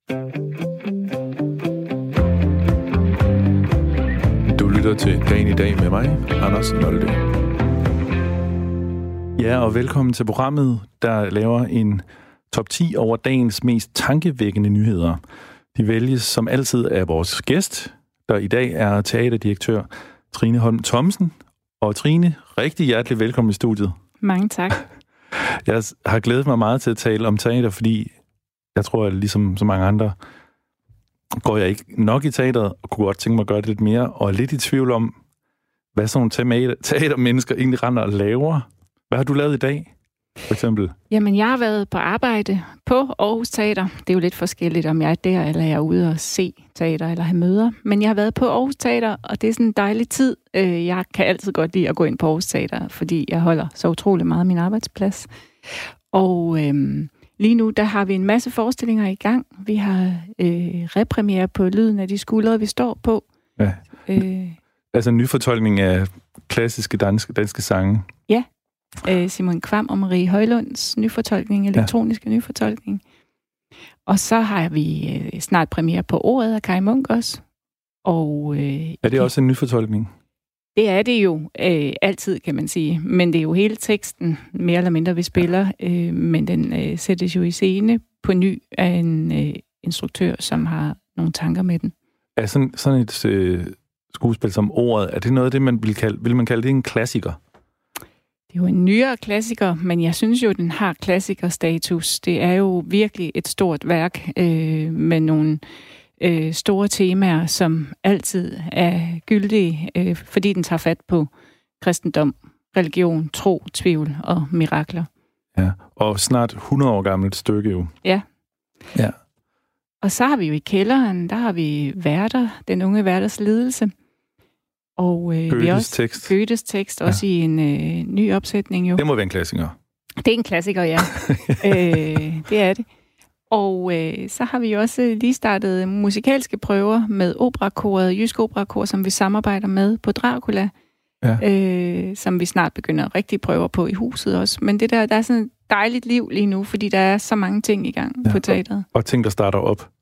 Du lytter til Dagen i dag med mig, Anders Nolde. Ja, og velkommen til programmet, der laver en top 10 over dagens mest tankevækkende nyheder. De vælges som altid af vores gæst, der i dag er teaterdirektør Trine Holm Thomsen. Og Trine, rigtig hjertelig velkommen i studiet. Mange tak. Jeg har glædet mig meget til at tale om teater, fordi jeg tror, at ligesom så mange andre, går jeg ikke nok i teateret, og kunne godt tænke mig at gøre det lidt mere, og er lidt i tvivl om, hvad sådan nogle teatermennesker egentlig render og laver. Hvad har du lavet i dag, for eksempel? Jamen, jeg har været på arbejde på Aarhus Teater. Det er jo lidt forskelligt, om jeg er der, eller jeg er ude og se teater, eller have møder. Men jeg har været på Aarhus Teater, og det er sådan en dejlig tid. Jeg kan altid godt lide at gå ind på Aarhus Teater, fordi jeg holder så utrolig meget af min arbejdsplads. Og lige nu, der har vi en masse forestillinger i gang. Vi har repremiere på Lyden af de skuldre, vi står på. Ja. Altså en nyfortolkning af klassiske danske sange. Ja. Simon Kvam og Marie Højlunds nyfortolkning, elektroniske nyfortolkning. Og så har vi snart premiere på Ordet af Kai Munk også. Og, er det også en nyfortolkning? Det er det jo altid, kan man sige. Men det er jo hele teksten, mere eller mindre, vi spiller. Men den sættes jo i scene på ny af en instruktør, som har nogle tanker med den. Er sådan et skuespil som Ordet, er det noget af det, vil man kalde det en klassiker? Det er jo en nyere klassiker, men jeg synes jo, den har klassikerstatus. Det er jo virkelig et stort værk med nogle store temaer, som altid er gyldige, fordi den tager fat på kristendom, religion, tro, tvivl og mirakler. Ja, og snart 100 år gammelt stykke jo. Ja. Og så har vi jo i kælderen, der har vi Werther, den unge Werthers lidelse. Og vi også Goethes tekst, også i en ny opsætning jo. Det må være en klassiker. Det er en klassiker, ja. Det er det. Og så har vi også lige startet musikalske prøver med operakoret, Jysk Operakor, som vi samarbejder med på Dracula, som vi snart begynder rigtig prøver på i huset også. Men der er sådan et dejligt liv lige nu, fordi der er så mange ting i gang på teateret. Og ting, der starter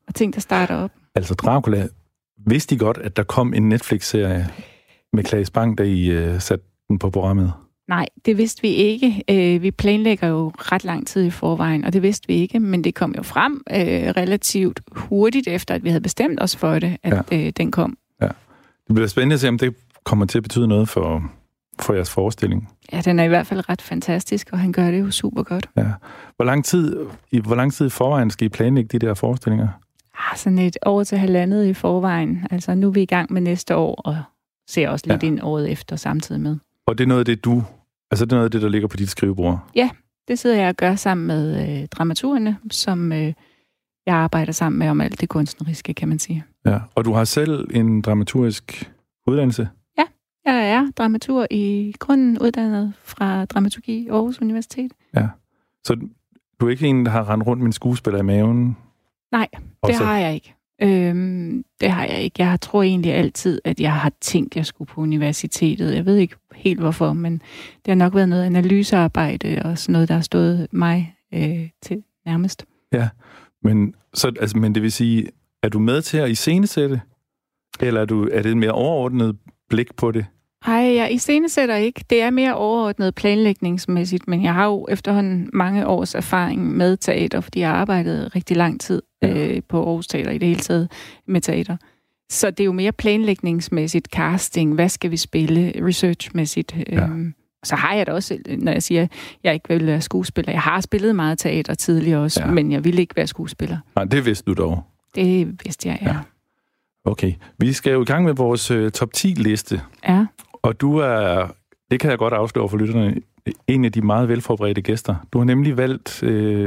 op. Altså Dracula, vidste I godt, at der kom en Netflix-serie med Claes Bang, da I satte den på programmet? Nej, det vidste vi ikke. Vi planlægger jo ret lang tid i forvejen, og det vidste vi ikke, men det kom jo frem relativt hurtigt efter, at vi havde bestemt os for det, at den kom. Ja. Det bliver spændende at se, om det kommer til at betyde noget for jeres forestilling. Ja, den er i hvert fald ret fantastisk, og han gør det jo super godt. Ja. Hvor lang tid i forvejen skal I planlægge de der forestillinger? Sådan et år til halvandet i forvejen. Altså nu er vi i gang med næste år, og ser også lidt ind året efter samtidig med. Og det er noget af det, det er noget af det, der ligger på dit skrivebord? Ja, det sidder jeg og gør sammen med dramaturgerne, som jeg arbejder sammen med om alt det kunstneriske, kan man sige. Ja, og du har selv en dramaturgisk uddannelse? Ja, jeg er dramaturg i grunden, uddannet fra dramaturgi Aarhus Universitet. Ja, så du er ikke en, der har rendt rundt med en skuespiller i maven? Nej, det har jeg ikke. Det har jeg ikke. Jeg tror egentlig altid, at jeg har tænkt, at jeg skulle på universitetet. Jeg ved ikke helt hvorfor, men det har nok været noget analysearbejde og sådan noget, der har stået mig til nærmest. Ja, men det vil sige, er du med til at iscenesætte? Eller er det et mere overordnet blik på det? Nej, jeg iscenesætter ikke. Det er mere overordnet planlægningsmæssigt, men jeg har jo efterhånden mange års erfaring med teater, fordi jeg har arbejdet rigtig lang tid på Aarhus Teater i det hele taget med teater. Så det er jo mere planlægningsmæssigt, casting, hvad skal vi spille, researchmæssigt. Så har jeg det også, når jeg siger, at jeg ikke vil være skuespiller. Jeg har spillet meget teater tidligere også, men jeg ville ikke være skuespiller. Nej, det vidste du dog. Det vidste jeg, ja. Okay, vi skal jo i gang med vores top 10-liste. Ja. Og du er, det kan jeg godt afsløre for lytterne, en af de meget velforberedte gæster. Du har nemlig valgt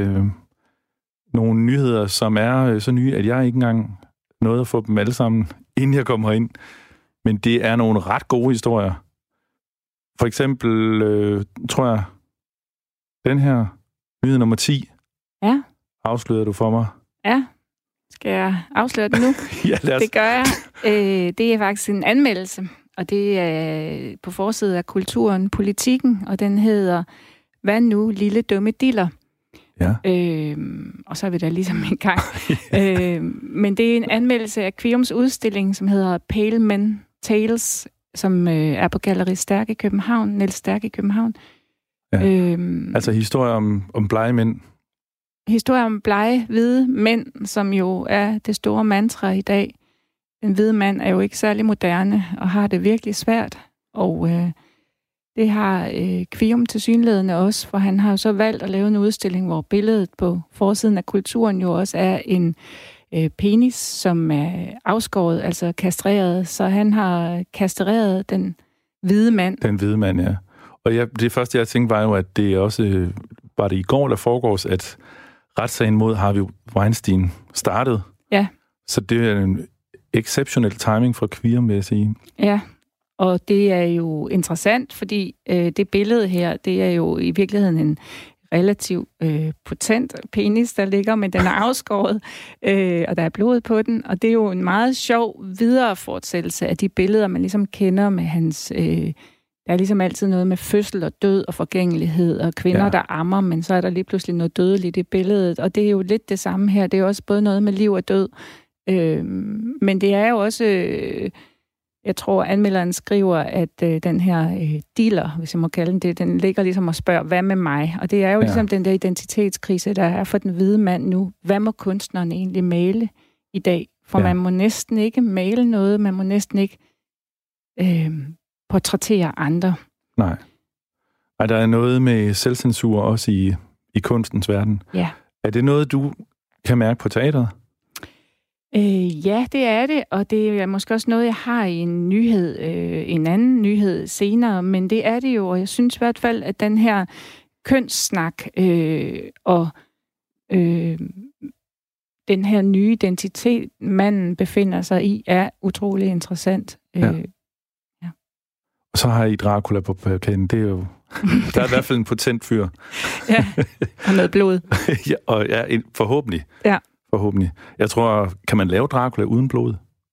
nogle nyheder, som er så nye, at jeg ikke engang nåede at få dem alle sammen, inden jeg kommer ind. Men det er nogle ret gode historier. For eksempel, tror jeg, den her nyhed nummer 10, afslører du for mig. Ja. Skal jeg afsløre det nu? Ja, det gør jeg. Det er faktisk en anmeldelse, og det er på forsiden af Kulturen, Politikken, og den hedder Hvad nu, lille dumme diller? Ja. Og så er vi da ligesom i gang. Men det er en anmeldelse af Kviums udstilling, som hedder Pale Men Tales, som er på Galleri Stærk i København, Niels Stærk i København. Ja. Altså historier om blege mænd. Historier om blege, hvide mænd, som jo er det store mantra i dag. Den hvide mand er jo ikke særlig moderne, og har det virkelig svært. Og det har Kvium tilsyneladende også, for han har jo så valgt at lave en udstilling, hvor billedet på forsiden af kulturen jo også er en penis, som er afskåret, altså kastreret. Så han har kastreret den hvide mand. Den hvide mand, ja. Og det første, jeg tænkte, var jo, at det også var det i går, der foregås, at retssagen mod Harvey Weinstein startede. Ja. Så det er en exceptionel timing fra Kvium, vil jeg sige. Ja, og det er jo interessant, fordi det billede her, det er jo i virkeligheden en relativt potent penis, der ligger, men den er afskåret, og der er blod på den, og det er jo en meget sjov viderefortsættelse af de billeder, man ligesom kender med hans... Der er ligesom altid noget med fødsel og død og forgængelighed og kvinder, der ammer, men så er der lige pludselig noget dødeligt i billedet, og det er jo lidt det samme her. Det er også både noget med liv og død, men det er jo også... Jeg tror, anmelderen skriver, at den her dealer, hvis jeg må kalde den det, den ligger ligesom og spørger, hvad med mig? Og det er jo ligesom den der identitetskrise, der er for den hvide mand nu. Hvad må kunstneren egentlig male i dag? For man må næsten ikke male noget, man må næsten ikke portrættere andre. Nej. Ej, der er noget med selvcensur også i kunstens verden. Ja. Er det noget, du kan mærke på teateret? Ja, det er det, og det er måske også noget, jeg har i en nyhed, en anden nyhed senere, men det er det jo, og jeg synes i hvert fald, at den her kønssnak og den her nye identitet, manden befinder sig i, er utrolig interessant. Ja. Og så har I Dracula på plakaten, det er jo... Der er i hvert fald en potent fyr. Ja, og noget blod. Ja, og forhåbentlig. Ja. Forhåbentlig. Jeg tror, kan man lave Dracula uden blod?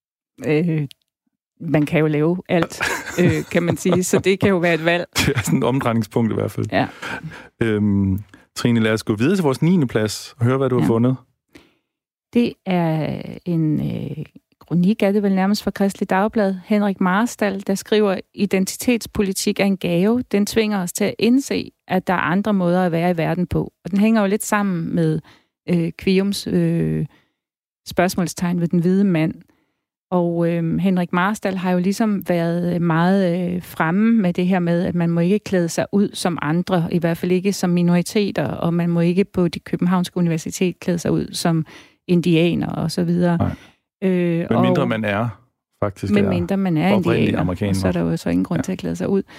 Man kan jo lave alt, kan man sige, så det kan jo være et valg. Det er sådan et omdrejningspunkt i hvert fald. Ja. Trine, lad os gå videre til vores 9. plads og høre, hvad du har fundet. Det er en kronik, er det vel nærmest fra Kristeligt Dagblad, Henrik Marstal, der skriver, identitetspolitik er en gave. Den tvinger os til at indse, at der er andre måder at være i verden på. Og den hænger jo lidt sammen med Kviums spørgsmålstegn ved den hvide mand. Og Henrik Marstal har jo ligesom været meget fremme med det her med, at man må ikke klæde sig ud som andre, i hvert fald ikke som minoriteter, og man må ikke på det københavnske universitet klæde sig ud som indianer og så videre. Men mindre man er faktisk men mindre man er indianer, så er der jo så ingen grund til at klæde sig ud.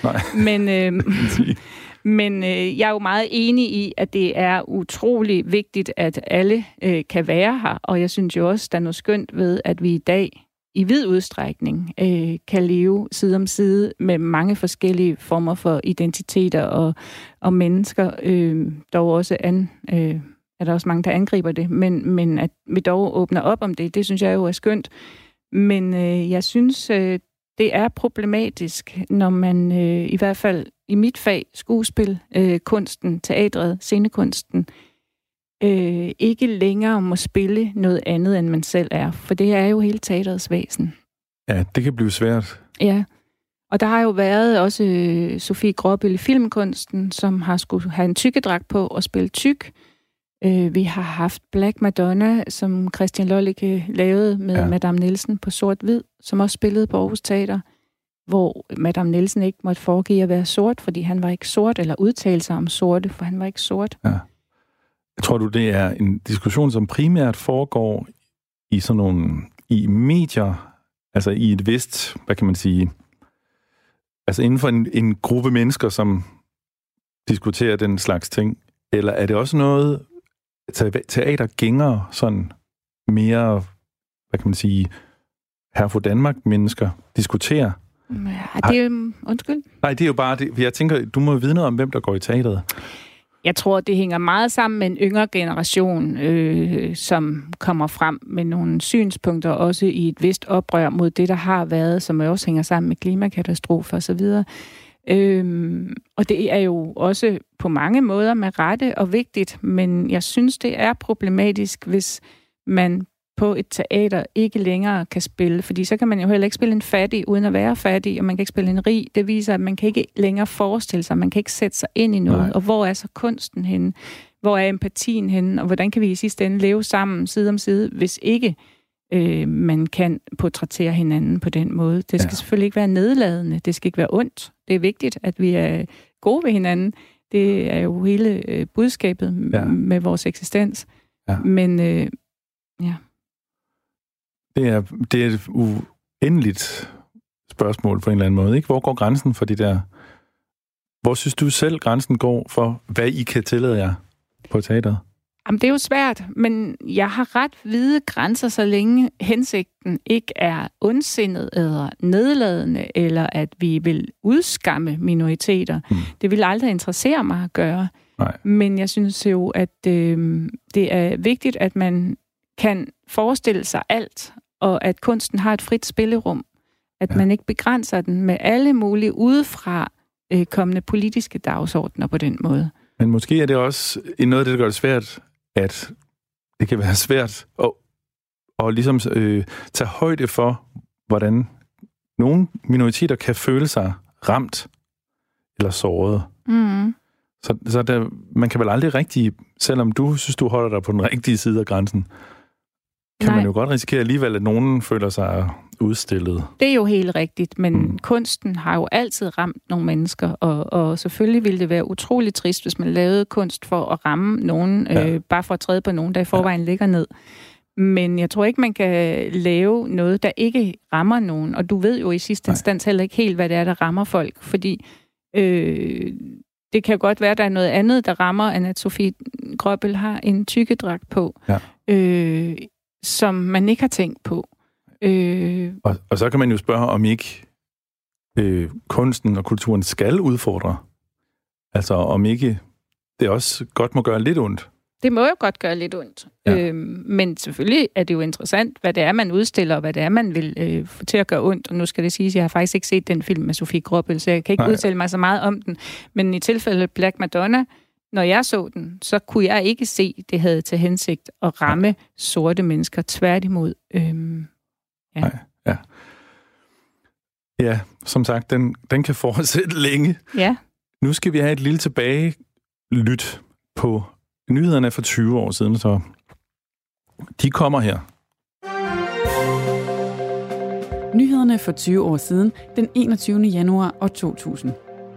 Men jeg er jo meget enig i, at det er utrolig vigtigt, at alle kan være her, og jeg synes jo også, der er noget skønt ved, at vi i dag i vid udstrækning kan leve side om side med mange forskellige former for identiteter og mennesker. Dog også er der også mange, der angriber det, men at vi dog åbner op om det, det synes jeg jo er skønt. Men jeg synes, det er problematisk, når man i hvert fald i mit fag, skuespil, kunsten, teatret, scenekunsten, ikke længere må spille noget andet, end man selv er. For det er jo hele teatrets væsen. Ja, det kan blive svært. Ja, og der har jo været også Sofie Gråbøl i filmkunsten, som har skulle have en tykkedragt på og spille tyk. Vi har haft Black Madonna, som Christian Lollike lavede med Madame Nielsen på sort-hvid, som også spillede på Aarhus Teater, hvor Madame Nielsen ikke måtte foregive at være sort, fordi han var ikke sort, eller udtale sig om sorte, for han var ikke sort. Ja. Tror du, det er en diskussion, som primært foregår i sådan nogle i medier, altså i et vist, hvad kan man sige, altså inden for en gruppe mennesker, som diskuterer den slags ting, eller er det også noget, teatergængere sådan mere, hvad kan man sige, her for Danmark-mennesker diskuterer? Ja, det er undskyld. Nej, det er jo bare det. Jeg tænker, du må vide noget om, hvem der går i teateret. Jeg tror, det hænger meget sammen med en yngre generation, som kommer frem med nogle synspunkter, også i et vist oprør mod det, der har været, som også hænger sammen med klimakatastrofer osv. Og det er jo også på mange måder med rette og vigtigt, men jeg synes, det er problematisk, hvis man på et teater ikke længere kan spille, fordi så kan man jo heller ikke spille en fattig uden at være fattig, og man kan ikke spille en rig. Det viser, at man kan ikke længere forestille sig, man kan ikke sætte sig ind i noget. Nej. Og hvor er så kunsten henne? Hvor er empatien henne? Og hvordan kan vi i sidste ende leve sammen side om side, hvis ikke man kan portrættere hinanden på den måde? Det skal selvfølgelig ikke være nedladende. Det skal ikke være ondt. Det er vigtigt, at vi er gode ved hinanden. Det er jo hele budskabet med vores eksistens. Ja. Men Det er et uendeligt spørgsmål på en eller anden måde, ikke? Hvor går grænsen for det der? Hvor synes du selv, grænsen går for, hvad I kan tillade jer på teateret? Jamen, det er jo svært, men jeg har ret vide grænser, så længe hensigten ikke er ondsindet eller nedladende, eller at vi vil udskamme minoriteter. Det vil aldrig interessere mig at gøre. Nej. Men jeg synes jo, at det er vigtigt, at man kan forestille sig alt, og at kunsten har et frit spillerum. At man ikke begrænser den med alle mulige udefra kommende politiske dagsordner på den måde. Men måske er det også noget af det, der gør det svært, at det kan være svært at ligesom tage højde for, hvordan nogle minoriteter kan føle sig ramt eller såret. Mm. Så man kan vel aldrig rigtig, selvom du synes, du holder dig på den rigtige side af grænsen, kan man jo godt risikere alligevel, at nogen føler sig udstillet. Det er jo helt rigtigt, men kunsten har jo altid ramt nogle mennesker, og selvfølgelig ville det være utroligt trist, hvis man lavede kunst for at ramme nogen, bare for at træde på nogen, der i forvejen ligger ned. Men jeg tror ikke, man kan lave noget, der ikke rammer nogen, og du ved jo i sidste instans heller ikke helt, hvad det er, der rammer folk, fordi det kan godt være, at der er noget andet, der rammer, end at Sofie Gråbøl har en tykkedragt på, som man ikke har tænkt på. Og så kan man jo spørge, om ikke kunsten og kulturen skal udfordre. Altså om ikke det også godt må gøre lidt ondt. Det må jo godt gøre lidt ondt. Ja. Men selvfølgelig er det jo interessant, hvad det er, man udstiller, og hvad det er, man vil få til at gøre ondt. Og nu skal det siges, at jeg har faktisk ikke set den film med Sofie Gråbøl, så jeg kan ikke udtale mig så meget om den. Men i tilfælde Black Madonna, når jeg så den, så kunne jeg ikke se, det havde til hensigt at ramme sorte mennesker. Tværtimod. Ja, som sagt, den kan fortsætte længe. Ja. Nu skal vi have et lille tilbagelyt på nyhederne for 20 år siden, så de kommer her. Nyhederne for 20 år siden, den 21. januar år 2000.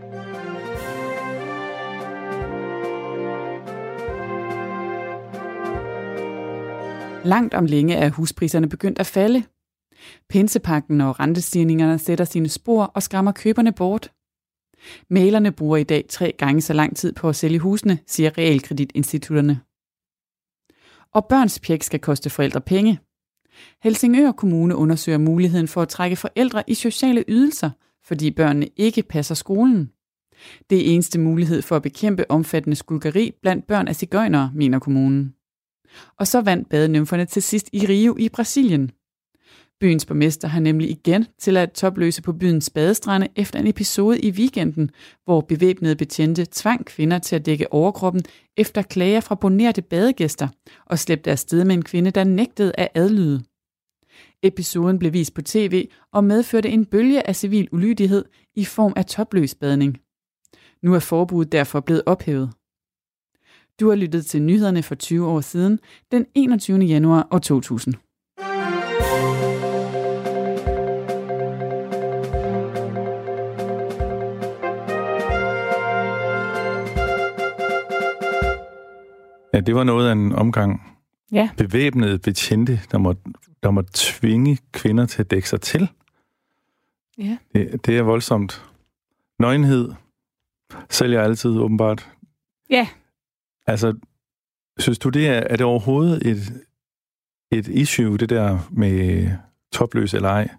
Langt om længe er huspriserne begyndt at falde. Pinsepakken og rentestigningerne sætter sine spor og skræmmer køberne bort. Mæglerne bruger i dag 3 gange så lang tid på at sælge husene, siger realkreditinstitutterne. Og børns pjek skal koste forældre penge. Helsingør Kommune undersøger muligheden for at trække forældre i sociale ydelser, fordi børnene ikke passer skolen. Det er eneste mulighed for at bekæmpe omfattende skulkeri blandt børn af sigøjnere, mener kommunen. Og så vandt badenymferne til sidst i Rio i Brasilien. Byens borgmester har nemlig igen tilladt topløse på byens badestrande efter en episode i weekenden, hvor bevæbnede betjente tvang kvinder til at dække overkroppen efter klager fra bonerte badegæster og slæbte afsted med en kvinde, der nægtede at adlyde. Episoden blev vist på tv og medførte en bølge af civil ulydighed i form af topløs badning. Nu er forbuddet derfor blevet ophævet. Du har lyttet til nyhederne for 20 år siden, den 21. januar år 2000. Ja, det var noget af en omgang. Ja. Bevæbnede betjente, der må tvinge kvinder til at dække sig til. Ja. Det er voldsomt. Nøgenhed sælger altid, åbenbart. Ja. Altså, synes du, er det overhovedet et issue, det der med topløs eller ej?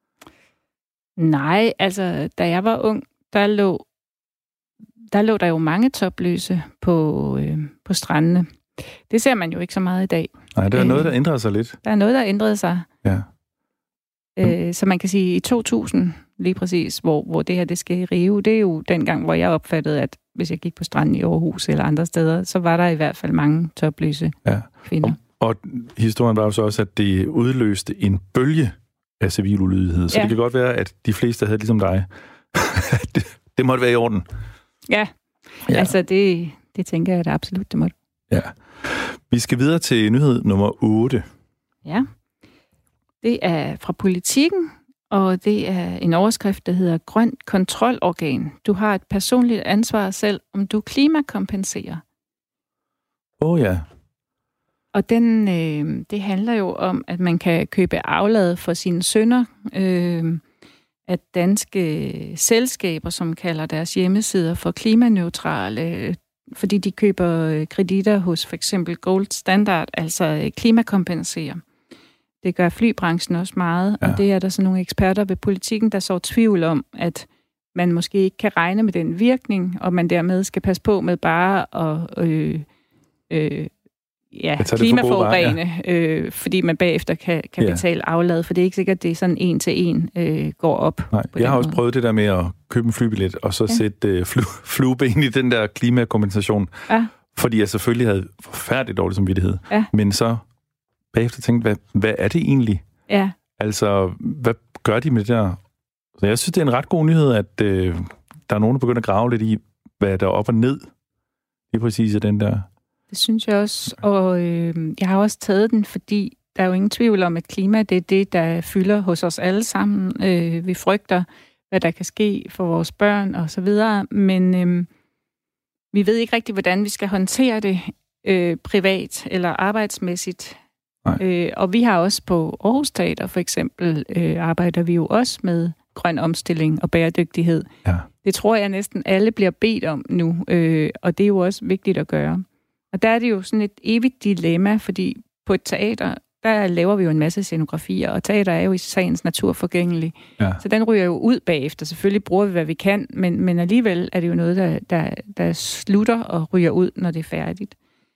Nej, altså, da jeg var ung, der lå der jo mange topløse på strandene. Det ser man jo ikke så meget i dag. Nej, der er noget, der ændrede sig lidt. Der er noget, der ændrede sig. Ja. Så man kan sige, at i 2000, lige præcis, hvor det her det skal i Rio. Det er jo dengang, hvor jeg opfattede, at hvis jeg gik på stranden i Aarhus eller andre steder, så var der i hvert fald mange topløse kvinder. Og historien var jo så også, at det udløste en bølge af civil ulydighed. Så det kan godt være, at de fleste havde ligesom dig. det måtte være i orden. Ja. Altså det tænker jeg, at absolut det måtte. Ja. Vi skal videre til nyhed nummer 8. Ja. Det er fra Politikken, og det er en overskrift, der hedder Grønt kontrolorgan. Du har et personligt ansvar selv, om du klimakompenserer. Ja. Og det handler jo om, at man kan købe aflad for sine synder. At danske selskaber, som kalder deres hjemmesider for klimaneutrale, fordi de køber kreditter hos for eksempel Gold Standard, altså klimakompenserer. Det gør flybranchen også meget, og det er der så nogle eksperter ved Politikken, der så tvivl om, at man måske ikke kan regne med den virkning, og man dermed skal passe på med bare at klimaforurene, fordi man bagefter kan betale aflad, for det er ikke sikkert, at det er sådan en til en går op. Nej, jeg har også prøvet det der med at købe en flybillet, og så sætte flueben i den der klimakompensation, fordi jeg selvfølgelig havde forfærdeligt dårlig samvittighed. Ja. Men så bagefter tænkte, hvad er det egentlig? Ja. Altså, hvad gør de med det der? Så jeg synes, det er en ret god nyhed, at der er nogen, der begynder at grave lidt i, hvad der er op og ned. Det er præcis den der. Det synes jeg også, og jeg har også taget den, fordi der er jo ingen tvivl om, at klima, det er det, der fylder hos os alle sammen. Vi frygter, hvad der kan ske for vores børn og så videre, men vi ved ikke rigtig, hvordan vi skal håndtere det privat eller arbejdsmæssigt. Og vi har også på Aarhus Teater for eksempel, arbejder vi jo også med grøn omstilling og bæredygtighed. Ja. Det tror jeg næsten alle bliver bedt om nu, og det er jo også vigtigt at gøre. Og der er det jo sådan et evigt dilemma, fordi på et teater, der laver vi jo en masse scenografier, og teater er jo i sagens natur forgængelig. Ja. Så den ryger jo ud bagefter. Selvfølgelig bruger vi, hvad vi kan, men alligevel er det jo noget, der slutter og ryger ud, når det er færdigt.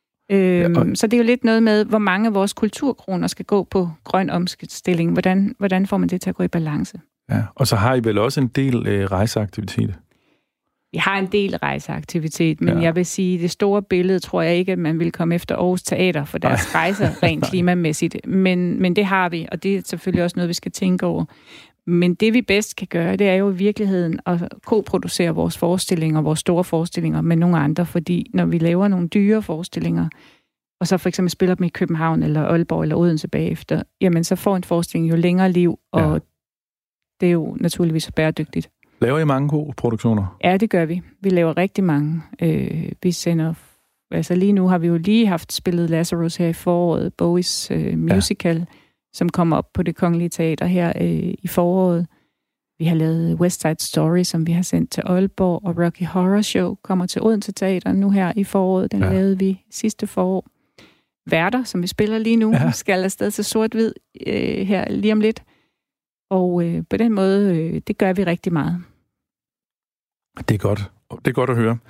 Så det er jo lidt noget med, hvor mange af vores kulturkroner skal gå på grøn omstilling. Hvordan får man det til at gå i balance? Ja, og så har I vel også en del rejseaktivitet? Vi har en del rejseaktivitet, men jeg vil sige, det store billede tror jeg ikke, at man vil komme efter Aarhus Teater for deres rejser rent klimamæssigt. Men det har vi, og det er selvfølgelig også noget, vi skal tænke over. Men det vi bedst kan gøre, det er jo i virkeligheden at koproducere vores forestillinger, vores store forestillinger med nogle andre, fordi når vi laver nogle dyre forestillinger, og så for eksempel spiller dem i København eller Aalborg eller Odense bagefter, jamen så får en forestilling jo længere liv, og det er jo naturligvis bæredygtigt. Laver I mange koproduktioner? Ja, det gør vi. Vi laver rigtig mange. Vi sender... Altså lige nu har vi jo lige haft spillet Lazarus her i foråret, Bowies musical, som kommer op på Det Kongelige Teater her i foråret. Vi har lavet West Side Story, som vi har sendt til Aalborg, og Rocky Horror Show kommer til Odense Teater nu her i foråret. Den lavede vi sidste forår. Værter, som vi spiller lige nu, skal afsted til sort-hvid her lige om lidt. Og på den måde, det gør vi rigtig meget. Det er godt. Det er godt at høre.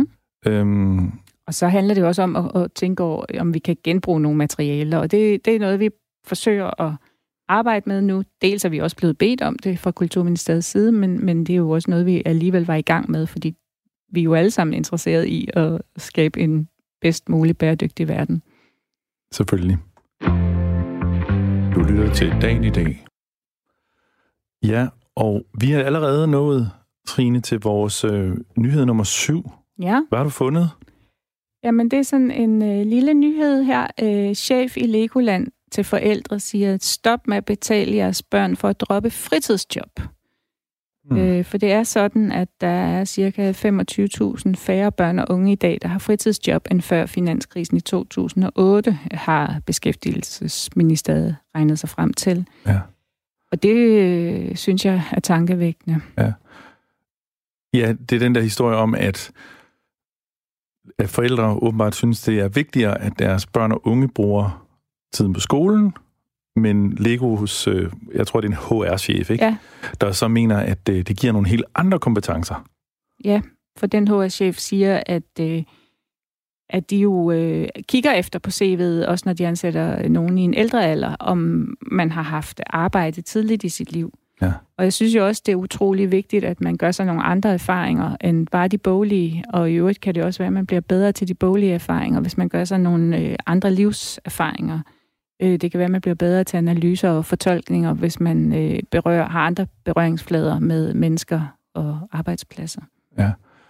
Og så handler det også om at tænke over, om vi kan genbruge nogle materialer. Og det er noget, vi forsøger at arbejde med nu. Dels er vi også blevet bedt om det fra Kulturministeriets side, men det er jo også noget, vi alligevel var i gang med, fordi vi er jo alle sammen interesserede i at skabe en bedst mulig bæredygtig verden. Selvfølgelig. Du lytter til Dagen i dag. Ja, og vi har allerede nået, Trine, til vores nyhed nummer 7. Ja. Hvad har du fundet? Jamen, det er sådan en lille nyhed her. Chef i Legoland til forældre siger, stop med at betale jeres børn for at droppe fritidsjob. For det er sådan, at der er cirka 25.000 færre børn og unge i dag, der har fritidsjob, end før finanskrisen i 2008, har Beskæftigelsesministeriet regnet sig frem til. Ja. Og det synes jeg er tankevækkende. Ja. Ja, det er den der historie om, at forældre åbenbart synes, det er vigtigere, at deres børn og unge bruger tiden på skolen, men Lego hos, jeg tror, det er en HR-chef, ikke? Ja. Der så mener, at det giver nogle helt andre kompetencer. Ja, for den HR-chef siger, at de jo kigger efter på CV'et, også når de ansætter nogen i en ældre alder, om man har haft arbejde tidligt i sit liv. Ja. Og jeg synes jo også, det er utrolig vigtigt, at man gør sig nogle andre erfaringer end bare de boglige. Og i øvrigt kan det også være, at man bliver bedre til de boglige erfaringer, hvis man gør sig nogle andre livserfaringer. Det kan være, at man bliver bedre til analyser og fortolkninger, hvis man har andre berøringsflader med mennesker og arbejdspladser. Ja.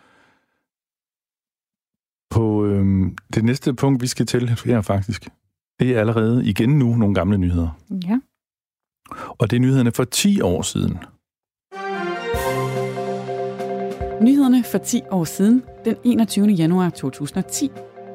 På det næste punkt, vi skal til her faktisk, det er allerede igen nu nogle gamle nyheder. Ja. Og det er nyhederne for 10 år siden. Nyhederne for 10 år siden, den 21. januar 2010.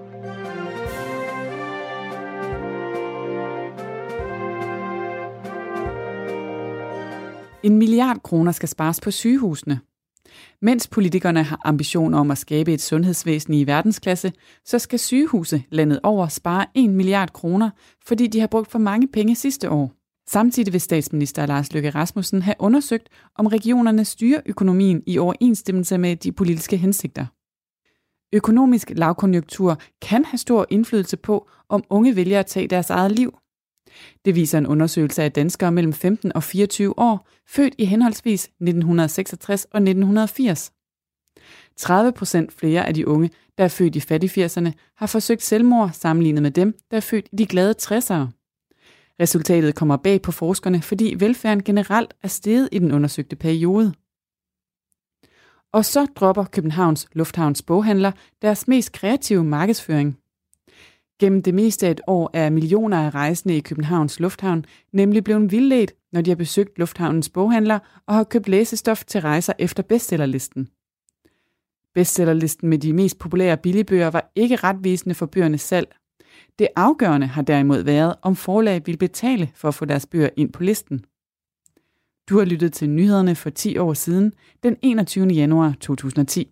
En milliard kroner skal spares på sygehusene. Mens politikerne har ambitioner om at skabe et sundhedsvæsen i verdensklasse, så skal sygehuse landet over spare 1 milliard kroner, fordi de har brugt for mange penge sidste år. Samtidig vil statsminister Lars Løkke Rasmussen have undersøgt, om regionerne styrer økonomien i overensstemmelse med de politiske hensigter. Økonomisk lavkonjunktur kan have stor indflydelse på, om unge vælger at tage deres eget liv. Det viser en undersøgelse af danskere mellem 15 og 24 år, født i henholdsvis 1966 og 1980. 30% flere af de unge, der er født i fattig-80'erne, har forsøgt selvmord sammenlignet med dem, der er født i de glade 60'ere. Resultatet kommer bag på forskerne, fordi velfærden generelt er steget i den undersøgte periode. Og så dropper Københavns Lufthavns boghandler deres mest kreative markedsføring. Gennem det meste af et år er millioner af rejsende i Københavns Lufthavn nemlig blevet vildledt, når de har besøgt lufthavnens boghandler og har købt læsestof til rejser efter bestsellerlisten. Bestsellerlisten med de mest populære billigbøger var ikke retvisende for bøgernes salg. Det afgørende har derimod været, om forlag vil betale for at få deres bøger ind på listen. Du har lyttet til nyhederne for 10 år siden, den 21. januar 2010.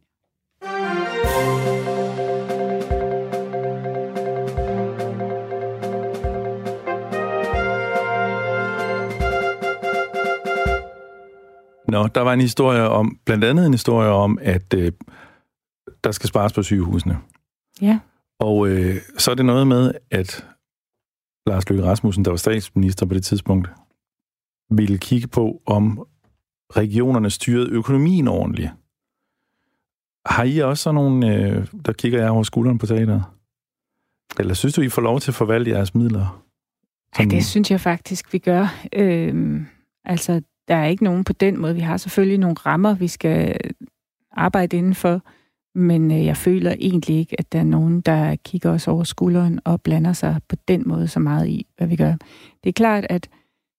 Nå, der var en historie om, blandt andet en historie om, at der skal spares på sygehusene. Ja. Og så er det noget med, at Lars Løkke Rasmussen, der var statsminister på det tidspunkt, ville kigge på, om regionerne styrede økonomien ordentligt. Har I også sådan nogle, der kigger jer over skulderen på teateret? Eller synes du, I får lov til at forvalte jeres midler? Ja, det synes jeg faktisk, vi gør. Altså, der er ikke nogen på den måde. Vi har selvfølgelig nogle rammer, vi skal arbejde indenfor, men jeg føler egentlig ikke, at der er nogen, der kigger os over skulderen og blander sig på den måde så meget i, hvad vi gør. Det er klart, at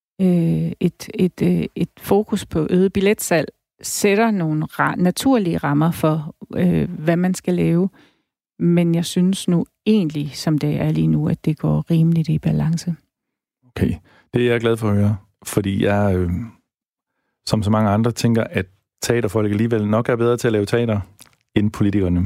et fokus på øget billetsalg sætter nogle naturlige rammer for, hvad man skal lave, men jeg synes nu egentlig, som det er lige nu, at det går rimeligt i balance. Okay, det er jeg glad for at høre, fordi jeg, som så mange andre, tænker, at teaterfolk alligevel nok er bedre til at lave teater end politikerne.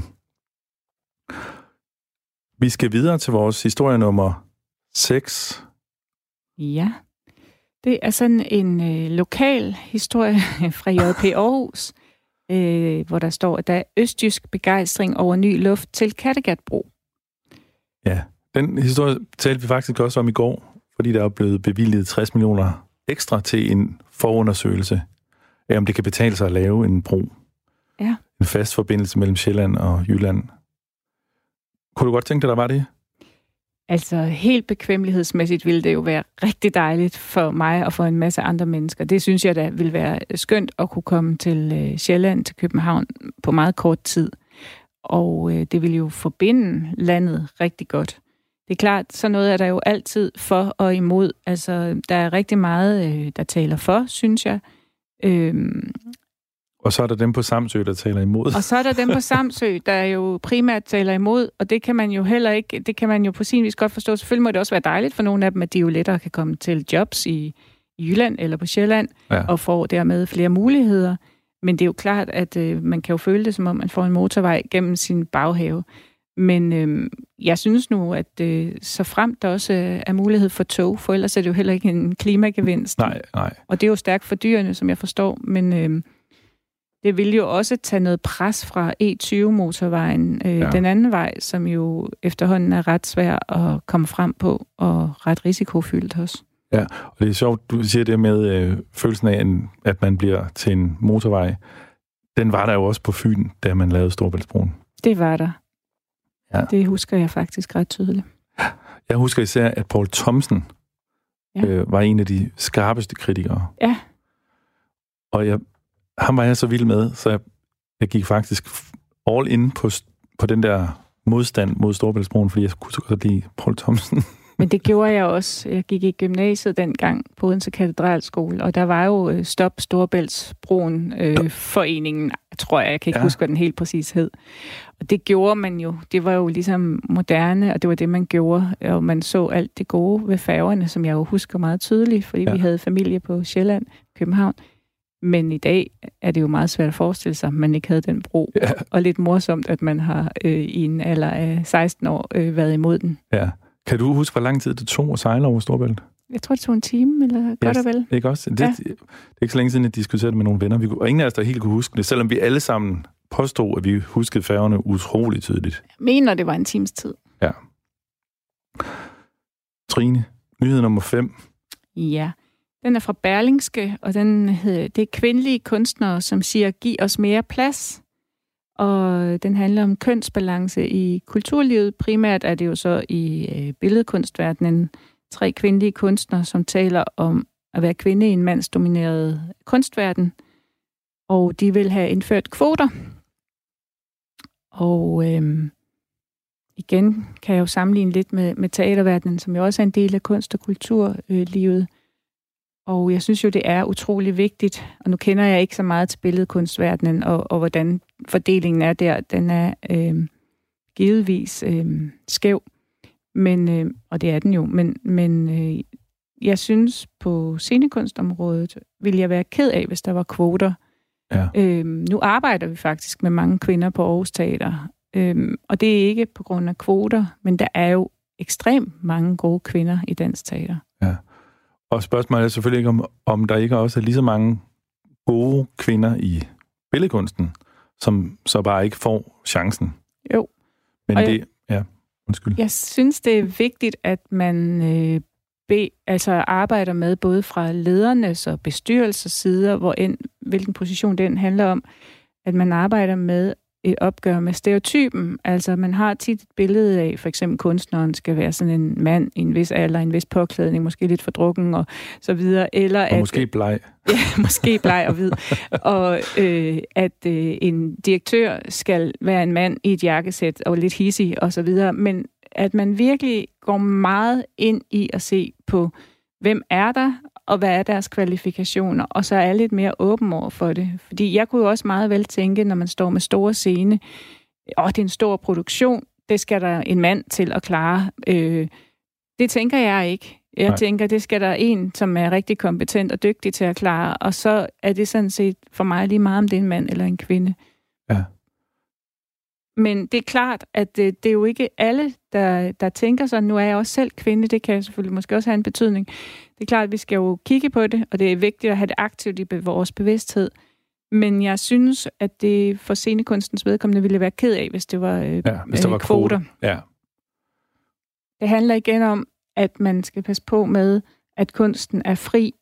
Vi skal videre til vores historie nummer 6. Ja, det er sådan en lokal historie fra JP Aarhus, hvor der står, at der er østjysk begejstring over ny luft til Kattegatbro. Ja, den historie talte vi faktisk også om i går, fordi der er blevet bevilget 60 millioner ekstra til en forundersøgelse af, om det kan betale sig at lave en bro. Ja. En fast forbindelse mellem Sjælland og Jylland. Kunne du godt tænke dig, der var det? Altså helt bekvemmelighedsmæssigt ville det jo være rigtig dejligt for mig og for en masse andre mennesker. Det synes jeg da ville være skønt at kunne komme til Sjælland, til København på meget kort tid. Og det vil jo forbinde landet rigtig godt. Det er klart, så noget er der jo altid for og imod. Altså, der er rigtig meget, der taler for, synes jeg. Og så er der dem på Samsø, der taler imod. Og så er der dem på Samsø, der jo primært taler imod, og det kan man jo heller ikke, det kan man jo på sin vis godt forstå. Selvfølgelig må det også være dejligt for nogle af dem, at de jo lettere kan komme til jobs i Jylland eller på Sjælland, og får dermed flere muligheder. Men det er jo klart, at man kan jo føle det, som om man får en motorvej gennem sin baghave. Men jeg synes nu, at så frem der også er mulighed for tog, for ellers er det jo heller ikke en klimagevinst. Nej. Og det er jo stærkt for dyrene, som jeg forstår, men det vil jo også tage noget pres fra E20-motorvejen, den anden vej, som jo efterhånden er ret svær at komme frem på, og ret risikofyldt også. Ja, og det er sjovt, du siger det med følelsen af, at man bliver til en motorvej. Den var der jo også på Fyn, da man lavede Storebæltsbroen. Det var der. Ja. Det husker jeg faktisk ret tydeligt. Jeg husker især, at Poul Thomsen var en af de skarpeste kritikere. Ja. Og ham var jeg så vild med, så jeg gik faktisk all in på den der modstand mod Storebæltsbroen, fordi jeg kunne så godt lide Poul Thomsen. Men det gjorde jeg også. Jeg gik i gymnasiet dengang på Odense Katedralskole, og der var jo Stop Storebæltsbroen foreningen, tror jeg kan ikke huske, hvad den helt præcis hed. Og det gjorde man jo. Det var jo ligesom moderne, og det var det, man gjorde. Og man så alt det gode ved færgerne, som jeg jo husker meget tydeligt, fordi vi havde familie på Sjælland, København. Men i dag er det jo meget svært at forestille sig, at man ikke havde den bro. Ja. Og lidt morsomt, at man har i en alder af 16 år været imod den. Ja. Kan du huske, hvor lang tid det tog at sejle over Storebælt? Jeg tror, det tog en time, eller godt og vel. Ikke også? Det er ikke så længe siden, jeg diskuterede det med nogle venner. Og ingen af os, der helt kunne huske det, selvom vi alle sammen påstod, at vi huskede færgerne utroligt tydeligt. Jeg mener, det var en times tid. Ja. Trine, nyhed nummer 5. Ja, den er fra Berlingske, og det er kvindelige kunstnere, som siger, giv os mere plads. Og den handler om kønsbalance i kulturlivet. Primært er det jo så i billedkunstverdenen 3 kvindelige kunstnere, som taler om at være kvinde i en mandsdomineret kunstverden. Og de vil have indført kvoter. Og igen kan jeg jo sammenligne lidt med teaterverdenen, som jo også er en del af kunst- og kulturlivet. Og jeg synes jo, det er utrolig vigtigt, og nu kender jeg ikke så meget til billedkunstverdenen, og hvordan fordelingen er der. Den er givetvis skæv, men, og det er den jo. Men jeg synes, på scenekunstområdet ville jeg være ked af, hvis der var kvoter. Ja. Nu arbejder vi faktisk med mange kvinder på Aarhus Teater, og det er ikke på grund af kvoter, men der er jo ekstremt mange gode kvinder i dansk teater. Ja. Og spørgsmålet er selvfølgelig ikke, om der ikke også er lige så mange gode kvinder i billedkunsten, som så bare ikke får chancen. Jo. Men undskyld. Jeg synes, det er vigtigt, at man arbejder med både fra ledernes og bestyrelsessider, hvilken position den handler om, at man arbejder med et opgør med stereotypen. Altså, man har tit et billede af, for eksempel kunstneren skal være sådan en mand i en vis alder, en vis påklædning, måske lidt fordrukken og så videre. Eller måske bleg. Ja, måske bleg og hvid. Og at en direktør skal være en mand i et jakkesæt og lidt hissig og så videre. Men at man virkelig går meget ind i at se på, hvem er der, og hvad er deres kvalifikationer, og så er jeg lidt mere åben over for det. Fordi jeg kunne jo også meget vel tænke, når man står med store scene, det er en stor produktion, det skal der en mand til at klare. Det tænker jeg ikke. Jeg tænker, det skal der en, som er rigtig kompetent og dygtig til at klare, og så er det sådan set for mig lige meget, om det er en mand eller en kvinde. Ja. Men det er klart, at det er jo ikke alle, der tænker sådan. Nu er jeg også selv kvinde, det kan selvfølgelig måske også have en betydning. Det er klart, at vi skal jo kigge på det, og det er vigtigt at have det aktivt i vores bevidsthed. Men jeg synes, at det for scenekunstens vedkommende ville være ked af, hvis det var kvoter. Ja. Det handler igen om, at man skal passe på med, at kunsten er fri,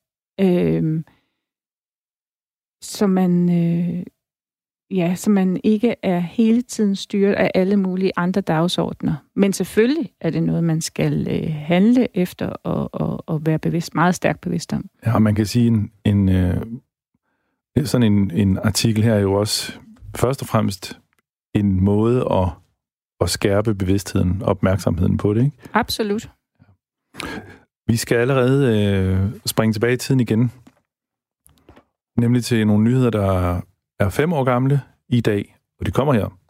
så man ikke er hele tiden styret af alle mulige andre dagsordner. Men selvfølgelig er det noget, man skal handle efter og være bevidst, meget stærkt bevidst om. Ja, og man kan sige, sådan en artikel her er jo også først og fremmest en måde at skærpe bevidstheden, opmærksomheden på det, ikke? Absolut. Vi skal allerede springe tilbage i tiden igen. Nemlig til nogle nyheder, der er 5 år gamle i dag, og de kommer her.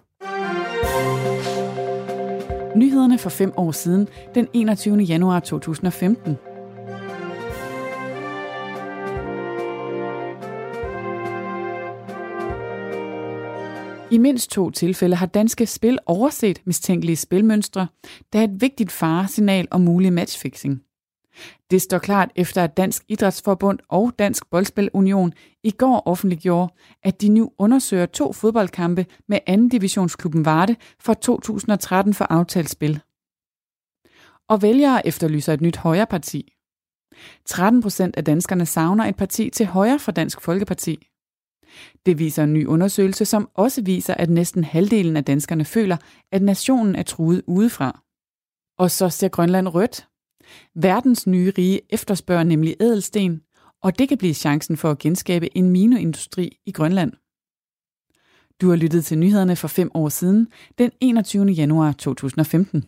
Nyhederne for 5 år siden, den 21. januar 2015. I mindst 2 tilfælde har Danske Spil overset mistænkelige spilmønstre, der er et vigtigt faresignal om mulig matchfixing. Det står klart efter, at Dansk Idrætsforbund og Dansk Boldspil Union i går offentliggjorde, at de nu undersøger 2 fodboldkampe med 2. divisionsklubben Varde fra 2013 for aftalt spil. Og vælgere efterlyser et nyt højreparti. 13% af danskerne savner et parti til højre for Dansk Folkeparti. Det viser en ny undersøgelse, som også viser, at næsten halvdelen af danskerne føler, at nationen er truet udefra. Og så ser Grønland rødt. Verdens nye rige efterspørger nemlig ædelsten, og det kan blive chancen for at genskabe en mineindustri i Grønland. Du har lyttet til nyhederne for 5 år siden, den 21. januar 2015.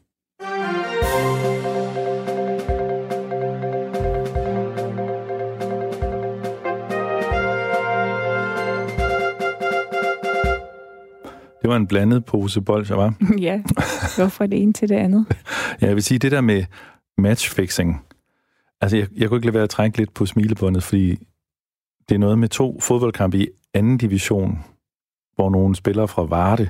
Det var en blandet pose bolsjer, var? Ja, gå fra det ene til det andet. Ja, jeg vil sige, det der med matchfixing. Altså, jeg kunne ikke lade være at trække lidt på smilebåndet, fordi det er noget med 2 fodboldkampe i anden division, hvor nogle spillere fra Varde,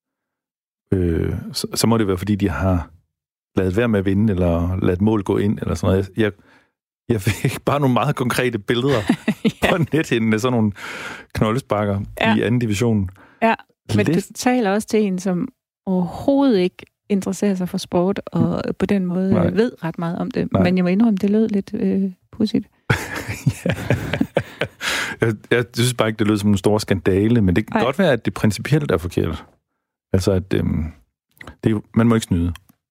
så må det være, fordi de har ladet være med at vinde, eller ladet mål gå ind, eller sådan noget. Jeg fik bare nogle meget konkrete billeder på nethinden af sådan nogle knoldesparker i anden division. Ja, men du taler også til en, som overhovedet ikke interesserer sig for sport, og på den måde ved ret meget om det. Nej. Men jeg må indrømme, det lød lidt pudsigt. Ja. Jeg synes bare ikke, det lød som en stor skandale, men det kan godt være, at det principielt er forkert. Altså, at man må ikke snyde.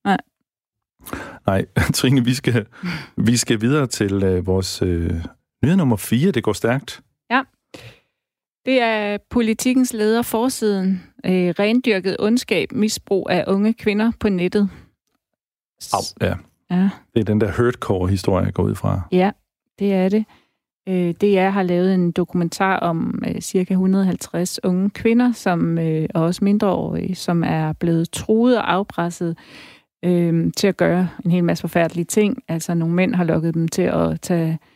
Nej, Trine, vi skal videre til vores nyhed nummer 4. Det går stærkt. Ja. Det er Politikens leder forsiden. Rendyrket ondskab, misbrug af unge kvinder på nettet. Ja. Det er den der hurtcore-historie, jeg går ud fra. Ja, det er det. DR har lavet en dokumentar om cirka 150 unge kvinder, som og også mindreårige, som er blevet truet og afpresset til at gøre en hel masse forfærdelige ting. Altså nogle mænd har lokket dem til at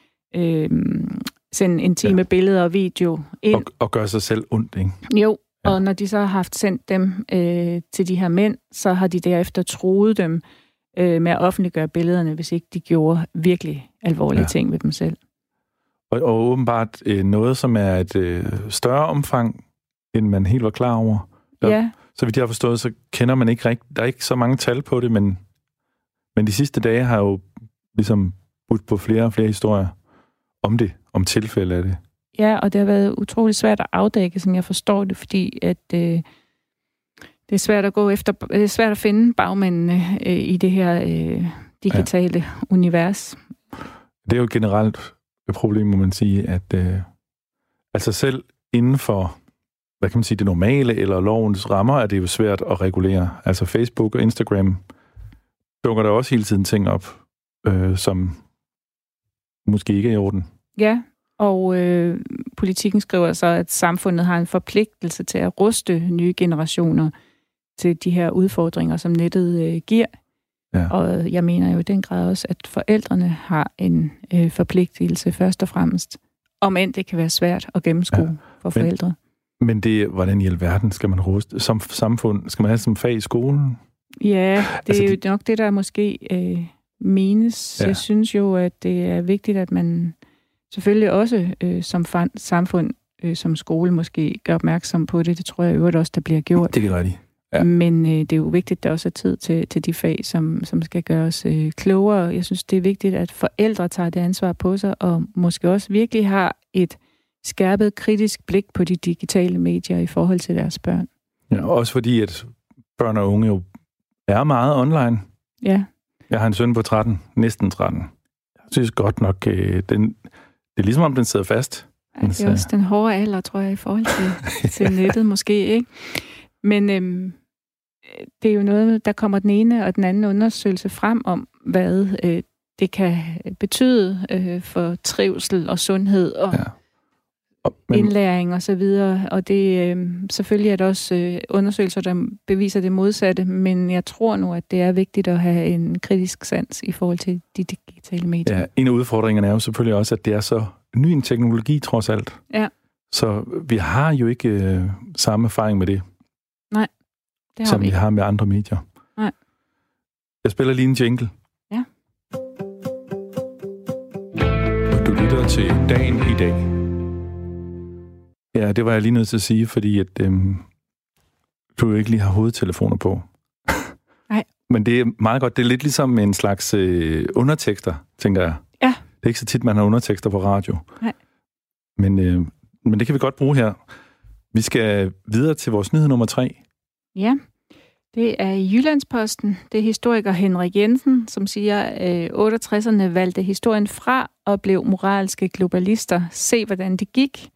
sende intime billeder og video ind. Og gøre sig selv ondt, ikke? Jo, og når de så har haft sendt dem til de her mænd, så har de derefter truet dem med at offentliggøre billederne, hvis ikke de gjorde virkelig alvorlige ting ved dem selv. Og åbenbart noget, som er et større omfang, end man helt var klar over. Så vidt jeg har forstået, så kender man ikke rigtigt. Der er ikke så mange tal på det, men de sidste dage har jo ligesom budt på flere og flere historier om det, om tilfælde af det. Ja, og det har været utroligt svært at afdække, som jeg forstår det, fordi at det er svært at gå efter, det er svært at finde bagmændene i det her digitale univers. Det er jo generelt et problem, må man sige, at altså selv inden for, hvad kan man sige, det normale eller lovens rammer, er det jo svært at regulere. Altså Facebook og Instagram dukker der også hele tiden ting op, som måske ikke er i orden. Ja, og Politikken skriver så, at samfundet har en forpligtelse til at ruste nye generationer til de her udfordringer, som nettet giver. Ja. Og jeg mener jo i den grad også, at forældrene har en forpligtelse først og fremmest. Om end det kan være svært at gennemskue for forældre. Men det, hvordan i alverden skal man ruste? Som samfund, skal man have som fag i skolen? Ja, det er jo nok det, der måske menes. Ja. Jeg synes jo, at det er vigtigt, at man selvfølgelig også som samfund, som skole måske gør opmærksom på det. Det tror jeg øvrigt også, der bliver gjort. Det er rigtigt. Ja. Men det er jo vigtigt, at der også er tid til de fag, som skal gøres klogere. Jeg synes, det er vigtigt, at forældre tager det ansvar på sig, og måske også virkelig har et skærpet kritisk blik på de digitale medier i forhold til deres børn. Ja, også fordi, at børn og unge jo er meget online. Ja. Jeg har en søn på 13, næsten 13. Jeg synes godt nok, det er ligesom om den sidder fast. Ja, det er også den hårde alder, tror jeg, i forhold til nettet måske, ikke? Men det er jo noget, der kommer den ene og den anden undersøgelse frem om, hvad det kan betyde for trivsel og sundhed og indlæring og så videre. Og det selvfølgelig er der også undersøgelser, der beviser det modsatte, men jeg tror nu, at det er vigtigt at have en kritisk sans i forhold til de digitale medier. Ja, en af udfordringerne er jo selvfølgelig også, at det er så ny en teknologi trods alt. Ja. Så vi har jo ikke samme erfaring med det. Nej, det har som vi har med andre medier. Nej. Jeg spiller lige en jingle. Ja. Og du lytter til Dagen i dag. Ja, det var jeg lige nødt til at sige, fordi at du jo ikke lige har hovedtelefoner på. Nej. Men det er meget godt. Det er lidt ligesom en slags undertekster, tænker jeg. Ja. Det er ikke så tit, man har undertekster på radio. Nej. Men det kan vi godt bruge her. Vi skal videre til vores nyhed nummer 3. Ja, det er i Jyllandsposten. Det er historiker Henrik Jensen, som siger, at 68'erne valgte historien fra og blev moralske globalister. Se, hvordan det gik.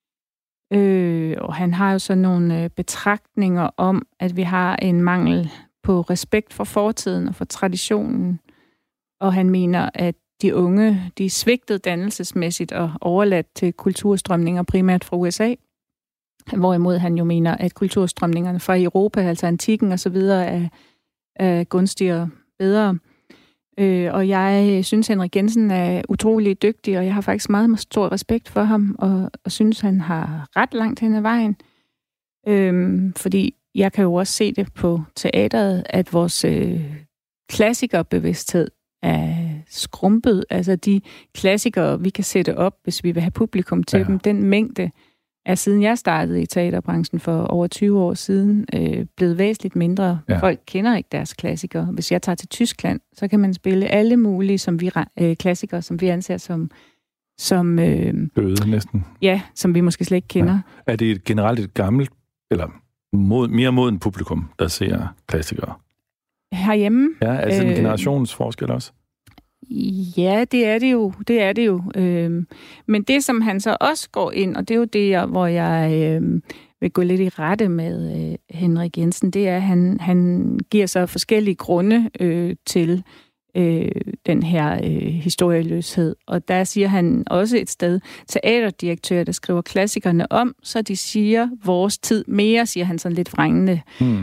Og han har jo så nogle betragtninger om, at vi har en mangel på respekt for fortiden og for traditionen. Og han mener, at de unge, de er svigtet dannelsesmæssigt og overladt til kulturstrømninger primært fra USA. Hvorimod han jo mener, at kulturstrømningerne fra Europa, altså antikken og så videre, er gunstigere og bedre. Og jeg synes, Henrik Jensen er utrolig dygtig, og jeg har faktisk meget stor respekt for ham, og synes, han har ret langt hen ad vejen. Fordi jeg kan jo også se det på teateret, at vores klassikerbevidsthed er skrumpet. Altså de klassikere, vi kan sætte op, hvis vi vil have publikum til dem, den mængde er, siden jeg startede i teaterbranchen for over 20 år siden, blevet væsentligt mindre. Ja. Folk kender ikke deres klassikere. Hvis jeg tager til Tyskland, så kan man spille alle mulige klassikere, som vi anser som døde næsten. Ja, som vi måske slet ikke kender. Ja. Er det generelt et gammelt, eller mere moden publikum, der ser klassikere? Herhjemme? Ja, altså en generationsforskel også? Ja, det er det jo. Men det, som han så også går ind, og det er jo det, hvor jeg vil gå lidt i rette med Henrik Jensen, det er, at han giver sig forskellige grunde til den her historieløshed. Og der siger han også et sted, teaterdirektører, der skriver klassikerne om, så de siger vores tid mere, siger han sådan lidt vrængende.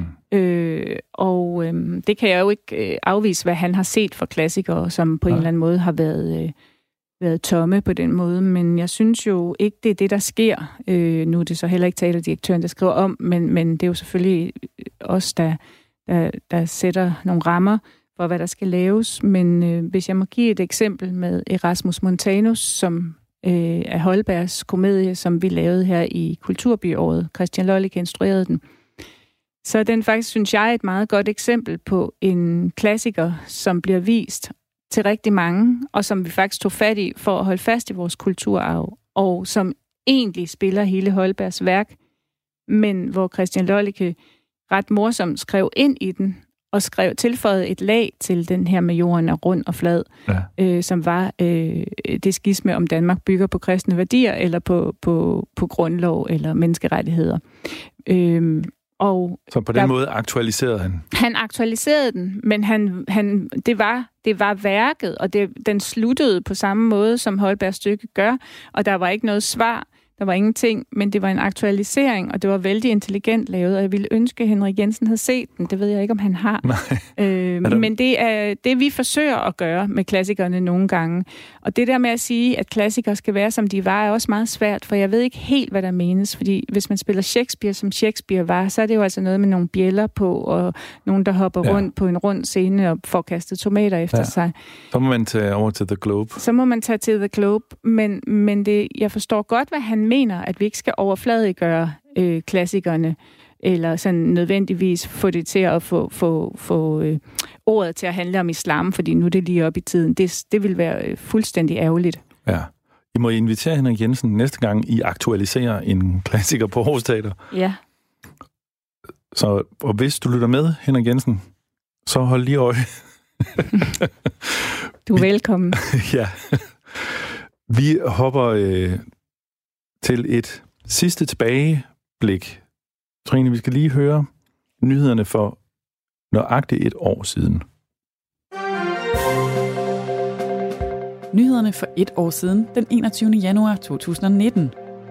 Det kan jeg jo ikke afvise, hvad han har set for klassikere, som på en eller anden måde har været tomme på den måde. Men jeg synes jo ikke, det er det, der sker. Nu er det så heller ikke teaterdirektøren, der skriver om, men det er jo selvfølgelig os, der sætter nogle rammer for, hvad der skal laves. Men hvis jeg må give et eksempel med Erasmus Montanus, som er Holbergs komedie, som vi lavede her i Kulturbyåret. Christian Lollicke instruerede den. Så den faktisk, synes jeg, er et meget godt eksempel på en klassiker, som bliver vist til rigtig mange, og som vi faktisk tog fat i for at holde fast i vores kulturarv, og som egentlig spiller hele Holbergs værk, men hvor Christian Lollicke ret morsomt skrev ind i den, og tilføjede et lag til den her med jorden er rund og flad, som var det skisme, om Danmark bygger på kristne værdier, eller på grundlov, eller menneskerettigheder. Så på den måde aktualiserede han? Han aktualiserede den, men det var værket, og den sluttede på samme måde, som Holbergs stykke gør, og der var ikke noget svar, der var ingenting, men det var en aktualisering, og det var vældig intelligent lavet, og jeg ville ønske, at Henrik Jensen havde set den. Det ved jeg ikke, om han har. Men det er det, vi forsøger at gøre med klassikerne nogle gange. Og det der med at sige, at klassikere skal være, som de var, er også meget svært, for jeg ved ikke helt, hvad der menes. Fordi hvis man spiller Shakespeare, som Shakespeare var, så er det jo altså noget med nogle bjælder på, og nogen, der hopper rundt på en rund scene og får kastet tomater efter sig. Så må man tage over til The Globe. Så må man tage til The Globe, men jeg forstår godt, hvad han mener, at vi ikke skal overfladiggøre klassikerne, eller sådan nødvendigvis få det til at få ordet til at handle om islam, fordi nu er det lige op i tiden. Det vil være fuldstændig ærgerligt. Ja. I må invitere Henrik Jensen næste gang, I aktualiserer en klassiker på Aarhus Teater. Ja. Og hvis du lytter med, Henrik Jensen, så hold lige øje. Du er velkommen. Ja. Vi hopper til et sidste tilbageblik. Trine, vi skal lige høre nyhederne for nøjagtigt et år siden. Nyhederne for et år siden, den 21. januar 2019.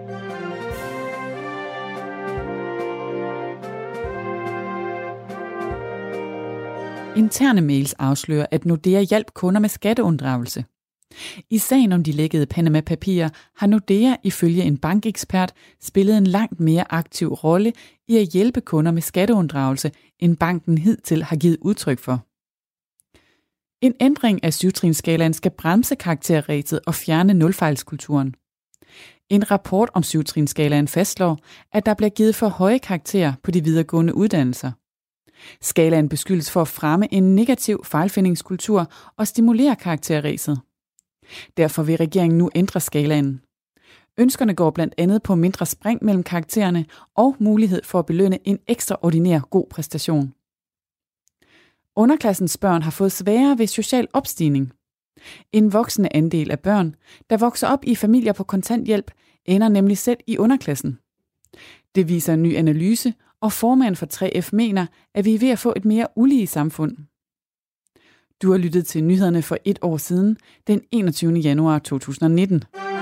Interne mails afslører, at Nordea hjalp kunder med skatteunddragelse. I sagen om de lækkede Panama-papirer har Nordea ifølge en bankekspert spillet en langt mere aktiv rolle i at hjælpe kunder med skatteunddragelse, end banken hidtil har givet udtryk for. En ændring af 7-trinsskalaen skal bremse karakterræset og fjerne nulfejlskulturen. En rapport om 7-trinsskalaen fastslår, at der bliver givet for høje karakterer på de videregående uddannelser. Skalaen beskyldes for at fremme en negativ fejlfindingskultur og stimulere karakterræset. Derfor vil regeringen nu ændre skalaen. Ønskerne går blandt andet på mindre spring mellem karaktererne og mulighed for at belønne en ekstraordinær god præstation. Underklassens børn har fået sværere ved social opstigning. En voksende andel af børn, der vokser op i familier på kontanthjælp, ender nemlig selv i underklassen. Det viser en ny analyse, og formanden for 3F mener, at vi er ved at få et mere ulige samfund. Du har lyttet til nyhederne for 1 år siden, den 21. januar 2019.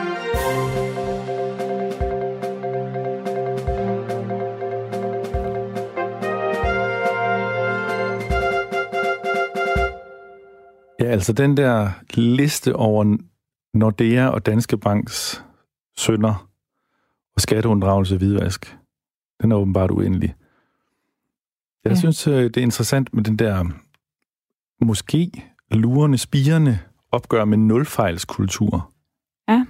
Ja, altså den der liste over Nordea og Danske Banks synder og skatteunddragelse og hvidvask, den er åbenbart uendelig. Jeg synes, det er interessant med den der måske lurende, spirende opgør med nulfejlskultur. Ja.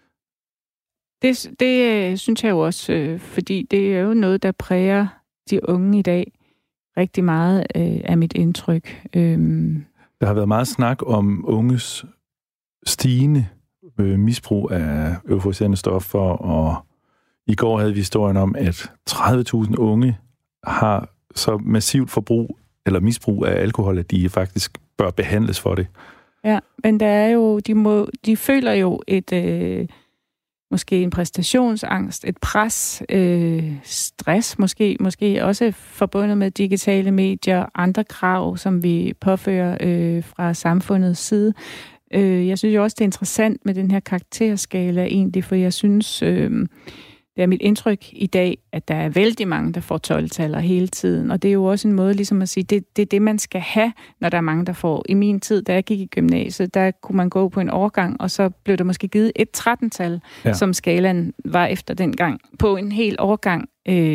Det synes jeg jo også, fordi det er jo noget, der præger de unge i dag rigtig meget af mit indtryk. Der har været meget snak om unges stigende misbrug af euforiserende stoffer, og i går havde vi historien om, at 30.000 unge har så massivt forbrug eller misbrug af alkohol, at de faktisk bør behandles for det. Ja, men der er jo, de føler jo et måske en præstationsangst, et pres, stress måske også forbundet med digitale medier, andre krav, som vi påfører fra samfundets side. Jeg synes jo også, det er interessant med den her karakterskala egentlig, for jeg synes, det er mit indtryk i dag, at der er vældig mange, der får 12-taller hele tiden, og det er jo også en måde ligesom at sige, det er det, man skal have, når der er mange, der får. I min tid, da jeg gik i gymnasiet, der kunne man gå på en årgang, og så blev der måske givet et 13-tal, som skalaen var efter dengang, på en hel årgang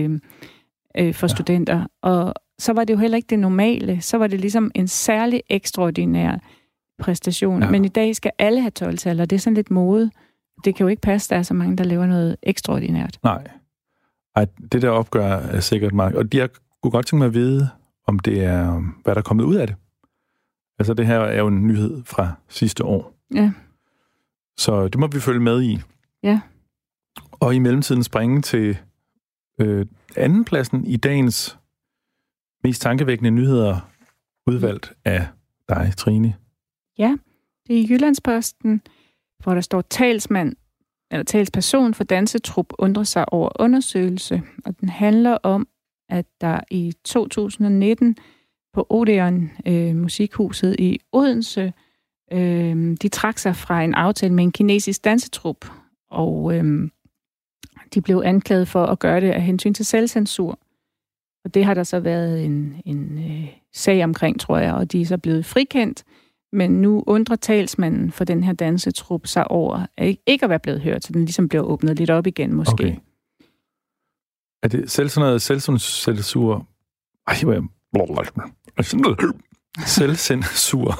for studenter. Og så var det jo heller ikke det normale, så var det ligesom en særlig ekstraordinær præstation. Ja. Men i dag skal alle have 12-taller, det er sådan lidt mode. Det kan jo ikke passe, der er så mange, der laver noget ekstraordinært. Nej. Ej, det der opgør er sikkert meget. Og jeg kunne godt tænke mig at vide, om det er, hvad der er kommet ud af det. Altså, det her er jo en nyhed fra sidste år. Ja. Så det må vi følge med i. Ja. Og i mellemtiden springe til andenpladsen i dagens mest tankevækkende nyheder, udvalgt af dig, Trine. Ja, det er i Jyllandsposten, hvor der står talsperson for dansetrup undrer sig over undersøgelse, og den handler om, at der i 2019 på Odeon Musikhuset i Odense, de trak sig fra en aftale med en kinesisk dansetrup, og de blev anklaget for at gøre det af hensyn til selvcensur. Og det har der så været en sag omkring, tror jeg, og de er så blevet frikendt. Men nu undrer talsmanden for den her dansetrup sig over ikke at være blevet hørt, så den ligesom bliver åbnet lidt op igen, måske. Okay. Er det sådan noget selvcensur? Selvcensur.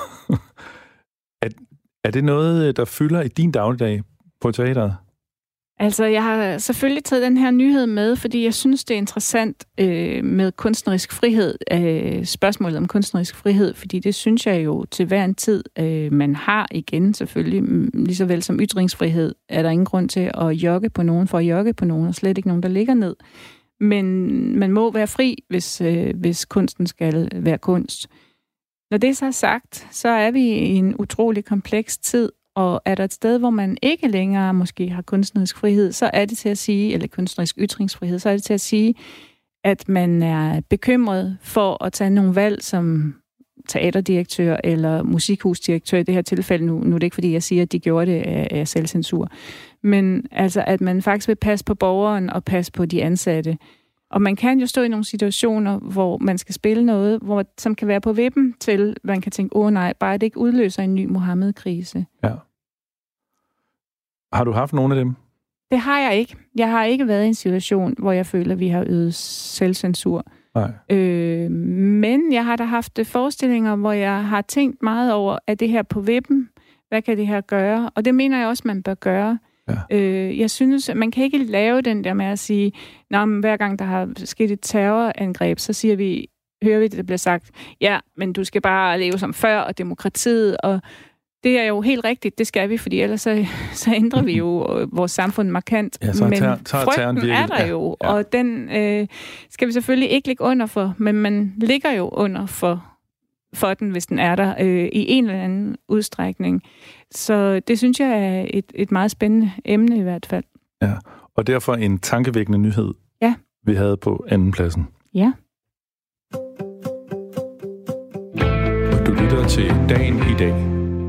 Er det noget, der fylder i din dagligdag på teateret? Altså, jeg har selvfølgelig taget den her nyhed med, fordi jeg synes, det er interessant med kunstnerisk frihed, spørgsmålet om kunstnerisk frihed, fordi det synes jeg jo til hver en tid, man har igen selvfølgelig, lige så vel som ytringsfrihed, er der ingen grund til at jogge på nogen for at jogge på nogen, og slet ikke nogen, der ligger ned. Men man må være fri, hvis kunsten skal være kunst. Når det så er sagt, så er vi i en utrolig kompleks tid, og er der et sted, hvor man ikke længere måske har kunstnerisk frihed, så er det til at sige, eller kunstnerisk ytringsfrihed, så er det til at sige, at man er bekymret for at tage nogle valg som teaterdirektør eller musikhusdirektør i det her tilfælde. Nu er det ikke, fordi jeg siger, at de gjorde det af selvcensur. Men altså, at man faktisk vil passe på borgeren og passe på de ansatte. Og man kan jo stå i nogle situationer, hvor man skal spille noget, som kan være på vippen til, man kan tænke, nej, bare det ikke udløser en ny Mohammed-krise. Ja. Har du haft nogle af dem? Det har jeg ikke. Jeg har ikke været i en situation, hvor jeg føler, at vi har øvet selvcensur. Nej. Men jeg har da haft forestillinger, hvor jeg har tænkt meget over, at det her på vippen, hvad kan det her gøre? Og det mener jeg også, man bør gøre. Ja. Jeg synes, man kan ikke lave den der med at sige, men hver gang der har sket et terrorangreb, så hører vi det, der bliver sagt, ja, men du skal bare leve som før, og demokratiet, og Det er jo helt rigtigt, det skal vi, fordi ellers så ændrer vi jo vores samfund markant. Ja, så men frygten er der jo, og den skal vi selvfølgelig ikke ligge under for, men man ligger jo under for den, hvis den er der, i en eller anden udstrækning. Så det synes jeg er et meget spændende emne i hvert fald. Ja, og derfor en tankevækkende nyhed, vi havde på andenpladsen. Ja. Og du lytter til Dagen i dag.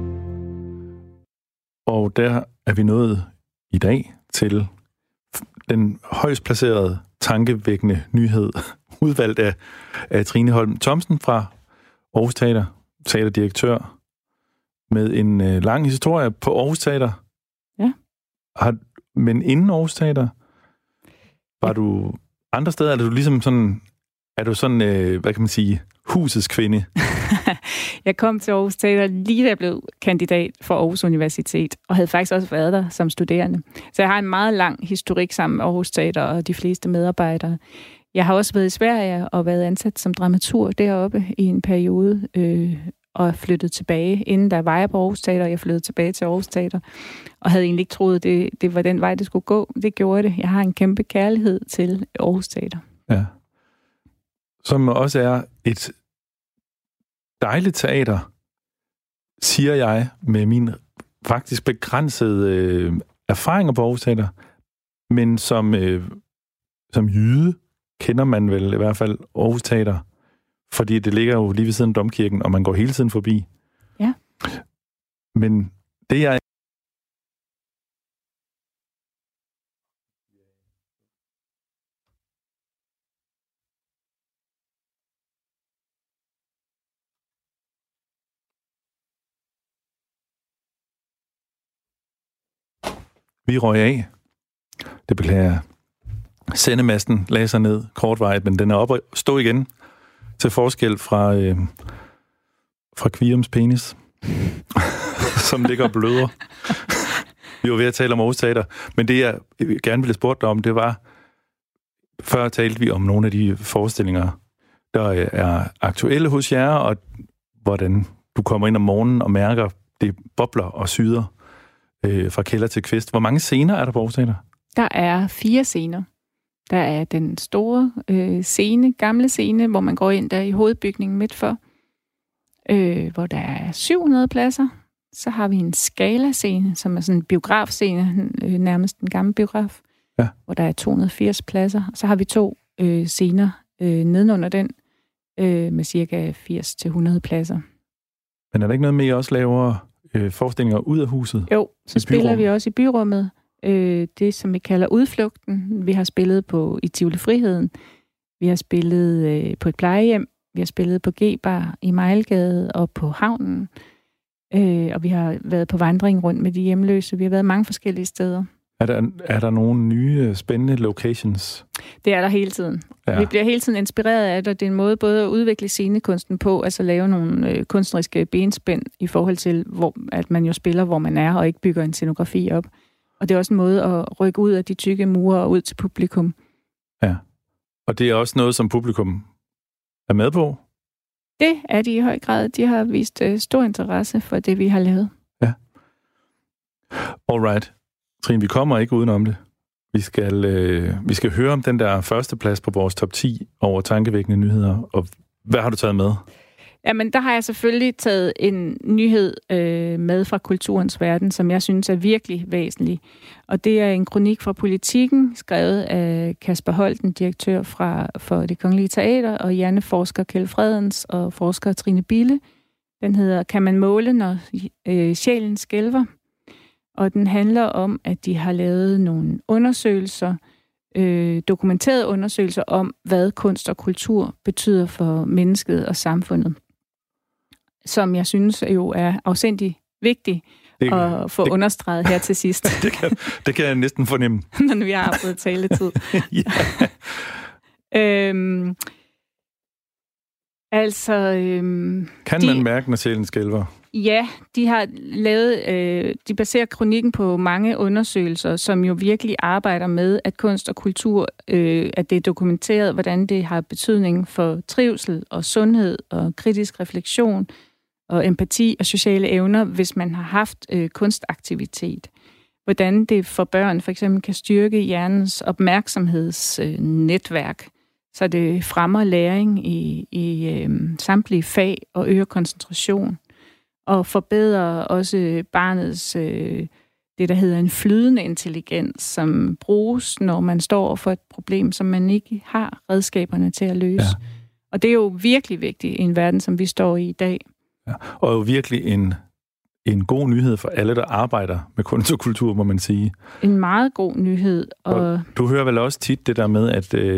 Og der er vi nået i dag til den højst placerede, tankevækkende nyhed, udvalgt af Trine Holm Thomsen fra Aarhus Teater, teaterdirektør, med en lang historie på Aarhus Teater. Ja. Men inden Aarhus Teater, var du andre steder? Er du sådan, hvad kan man sige, husets kvinde? Jeg kom til Aarhus Teater lige da jeg blev kandidat for Aarhus Universitet, og havde faktisk også været der som studerende. Så jeg har en meget lang historik sammen med Aarhus Teater og de fleste medarbejdere. Jeg har også været i Sverige og været ansat som dramaturg deroppe i en periode, og flyttet tilbage. Inden der var jeg på Aarhus Teater, jeg flyttede tilbage til Aarhus Teater, og havde egentlig ikke troet, det var den vej, det skulle gå. Det gjorde det. Jeg har en kæmpe kærlighed til Aarhus Teater. Ja. Som også er et dejligt teater, siger jeg, med mine faktisk begrænsede erfaringer på Aarhus Teater, men som jyde kender man vel i hvert fald Aarhus Teater, fordi det ligger jo lige ved siden af Domkirken, og man går hele tiden forbi. Ja. Men det jeg Vi røg af. Det beklager jeg. Sendemasten lagde sig ned kortvarigt, men den er oppe og stå igen til forskel fra Kviums penis, som ligger og bløder. Vi var ved at tale om Aarhus Teater, men det jeg gerne ville spørge dig om, det var, før talte vi om nogle af de forestillinger, der er aktuelle hos jer, og hvordan du kommer ind om morgenen og mærker, det bobler og syder fra kælder til kvist. Hvor mange scener er der på Aarhus Teater? Der er 4 scener. Der er den store scene, gamle scene, hvor man går ind der i hovedbygningen midt for, hvor der er 700 pladser. Så har vi en Scala-scene, som er sådan en biografscene, nærmest en gammel biograf, hvor der er 280 pladser. Og så har vi 2 scener nedenunder den, med cirka 80-100 pladser. Men er der ikke noget med, at I også laver forestillinger ud af huset? Jo, så spiller vi også i byrummet. Det, som vi kalder udflugten. Vi har spillet i Tivoli Friheden. Vi har spillet på et plejehjem. Vi har spillet på G-bar i Mejlgade og på havnen. Og vi har været på vandring rundt med de hjemløse. Vi har været mange forskellige steder. Er der nogle nye, spændende locations? Det er der hele tiden. Ja. Vi bliver hele tiden inspireret af det. Det er en måde både at udvikle scenekunsten på, altså lave nogle kunstneriske benspænd i forhold til, at man jo spiller, hvor man er, og ikke bygger en scenografi op. Og det er også en måde at rykke ud af de tykke mure og ud til publikum. Ja, og det er også noget, som publikum er med på? Det er de i høj grad. De har vist stor interesse for det, vi har lavet. Ja. Alright. Trine, vi kommer ikke udenom det. Vi skal høre om den der første plads på vores top 10 over tankevækkende nyheder. Og hvad har du taget med? Jamen, der har jeg selvfølgelig taget en nyhed med fra kulturens verden, som jeg synes er virkelig væsentlig. Og det er en kronik fra Politikken, skrevet af Kasper Holten, direktør for Det Kongelige Teater, og hjerneforsker Kjeld Fredens og forsker Trine Bille. Den hedder Kan man måle, når sjælen skælver? Og den handler om, at de har lavet nogle undersøgelser, dokumenterede undersøgelser om, hvad kunst og kultur betyder for mennesket og samfundet. Som jeg synes jo er afsindig vigtigt at få understreget her til sidst. Det kan jeg næsten fornemme. Når vi har fået taletid. Kan man mærke, når sjælen skælver? Ja, de har lavet, de baserer kronikken på mange undersøgelser, som jo virkelig arbejder med, at kunst og kultur, at det er dokumenteret, hvordan det har betydning for trivsel og sundhed og kritisk refleksion og empati og sociale evner, hvis man har haft kunstaktivitet. Hvordan det for børn for eksempel kan styrke hjernens opmærksomhedsnetværk, så det fremmer læring i samtlige fag og øger koncentration, og forbedrer også barnets det, der hedder en flydende intelligens, som bruges, når man står over for et problem, som man ikke har redskaberne til at løse. Ja. Og det er jo virkelig vigtigt i en verden, som vi står i dag. Ja. Og jo virkelig en god nyhed for alle, der arbejder med kunst og kultur, må man sige. En meget god nyhed. Og du hører vel også tit det der med,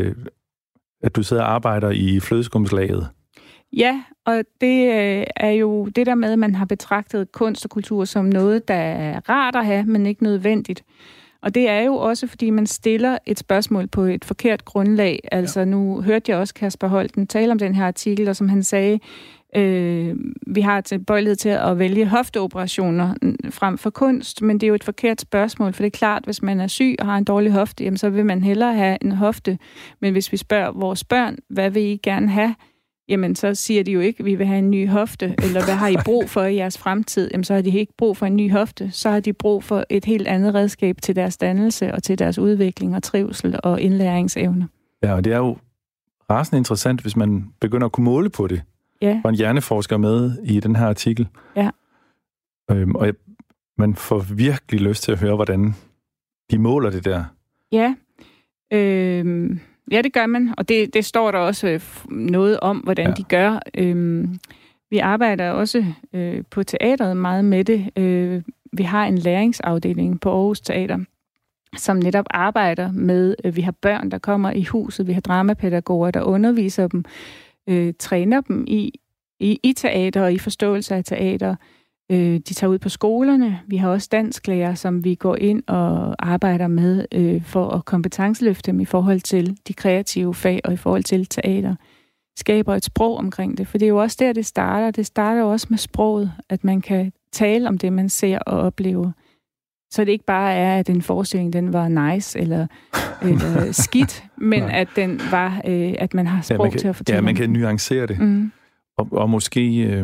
at du sidder og arbejder i flødeskumslaget. Ja, og det er jo det der med, at man har betragtet kunst og kultur som noget, der er rart at have, men ikke nødvendigt. Og det er jo også, fordi man stiller et spørgsmål på et forkert grundlag. Altså nu hørte jeg også Kasper Holten tale om den her artikel, og som han sagde, vi har tilbøjelighed til at vælge hofteoperationer frem for kunst, men det er jo et forkert spørgsmål, for det er klart, hvis man er syg og har en dårlig hofte, jamen, så vil man hellere have en hofte. Men hvis vi spørger vores børn, hvad vil I gerne have? Jamen, så siger de jo ikke, at vi vil have en ny hofte, eller hvad har I brug for i jeres fremtid? Jamen, så har de ikke brug for en ny hofte, så har de brug for et helt andet redskab til deres dannelse og til deres udvikling og trivsel og indlæringsevne. Ja, og det er jo rasende interessant, hvis man begynder at kunne måle på det. Ja. Og en hjerneforsker med i den her artikel. Ja. Og man får virkelig lyst til at høre, hvordan de måler det der. Ja, ja, det gør man, og det står der også noget om, hvordan de gør. Vi arbejder også på teatret meget med det. Vi har en læringsafdeling på Aarhus Teater, som netop arbejder med, vi har børn, der kommer i huset, vi har dramapædagoger, der underviser dem, træner dem i teater og i forståelse af teater. De tager ud på skolerne. Vi har også dansklærer, som vi går ind og arbejder med for at kompetenceløfte dem i forhold til de kreative fag og i forhold til teater. Skaber et sprog omkring det, for det er jo også der, det starter. Det starter jo også med sproget, at man kan tale om det, man ser og oplever. Så det ikke bare er, at en forestilling, den var nice eller skidt, men at den var, at man har sprog til at fortælle. Ja, man kan nuancere det. Mm. Og måske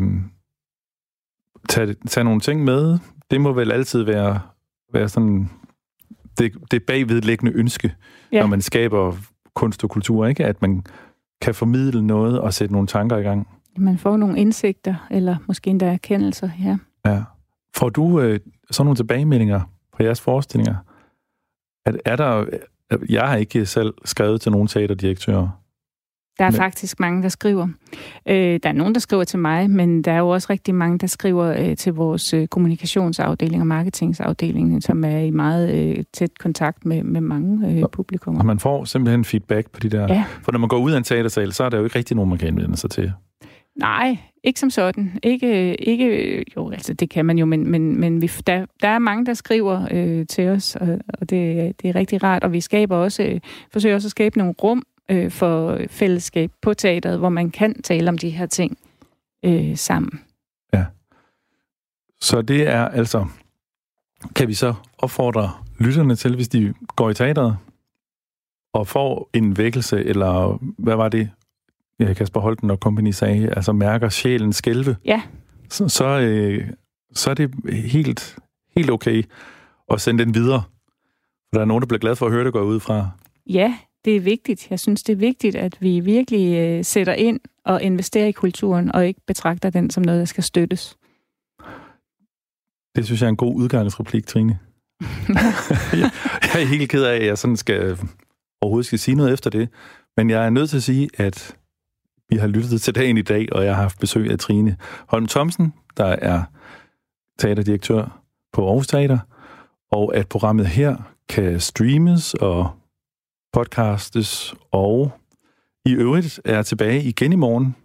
tage nogle ting med. Det må vel altid være sådan det bagvedliggende ønske, når man skaber kunst og kultur, ikke? At man kan formidle noget og sætte nogle tanker i gang. Man får nogle indsigter, eller måske endda erkendelser, ja. Ja. Får du sådan nogle tilbagemeldinger på jeres forestillinger? Er der... Jeg har ikke selv skrevet til nogen teaterdirektører. Der er faktisk mange, der skriver. Der er nogen, der skriver til mig, men der er jo også rigtig mange, der skriver til vores kommunikationsafdeling og marketingsafdeling, som er i meget tæt kontakt med mange publikummer. Og man får simpelthen feedback på de der... Ja. For når man går ud af en teatersal, så er der jo ikke rigtig nogen, man kan indvende sig til. Nej, ikke som sådan. Ikke jo, altså det kan man jo, men der er mange, der skriver til os, og det er rigtig rart, og vi forsøger også at skabe nogle rum for fællesskab på teateret, hvor man kan tale om de her ting sammen. Ja. Så det er altså... Kan vi så opfordre lytterne til, hvis de går i teateret og får en vækkelse, eller hvad var det, Kasper Holten og company sagde, altså mærker sjælen skælve, så er det helt okay at sende den videre. For der er nogen, der bliver glad for at høre det gå ud fra. Ja, det er vigtigt. Jeg synes, det er vigtigt, at vi virkelig sætter ind og investerer i kulturen, og ikke betragter den som noget, der skal støttes. Det synes jeg er en god udgangsreplik, Trine. Jeg er helt ked af, at jeg sådan overhovedet skal sige noget efter det. Men jeg er nødt til at sige, at vi har lyttet til dagen i dag, og jeg har haft besøg af Trine Holm Thomsen, der er teaterdirektør på Aarhus Teater, og at programmet her kan streames og podcastes, og i øvrigt er tilbage igen i morgen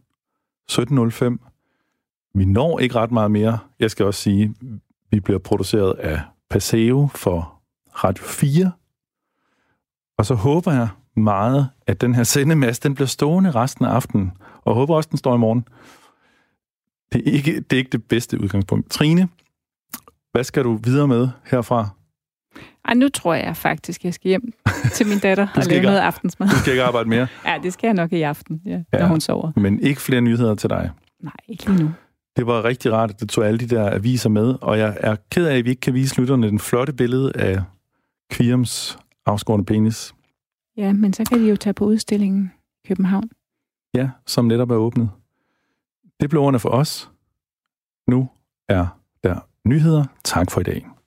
17.05. Vi når ikke ret meget mere. Jeg skal også sige, vi bliver produceret af Paseo for Radio 4. Og så håber jeg meget, at den her sendemast, den bliver stående resten af aftenen, og håber også, den står i morgen. Det er ikke det bedste udgangspunkt. Trine, hvad skal du videre med herfra? Nu tror jeg faktisk, jeg skal hjem til min datter og lave noget aftensmad. Du skal ikke arbejde mere? Ja, det skal jeg nok i aften, når hun sover. Men ikke flere nyheder til dig? Nej, ikke lige nu. Det var rigtig rart, at du tog alle de der aviser med, og jeg er ked af, at vi ikke kan vise lytterne den flotte billede af Kvirums afskårne penis. Ja, men så kan de jo tage på udstillingen i København. Ja, som netop er åbnet. Det blev ordene for os. Nu er der nyheder. Tak for i dag.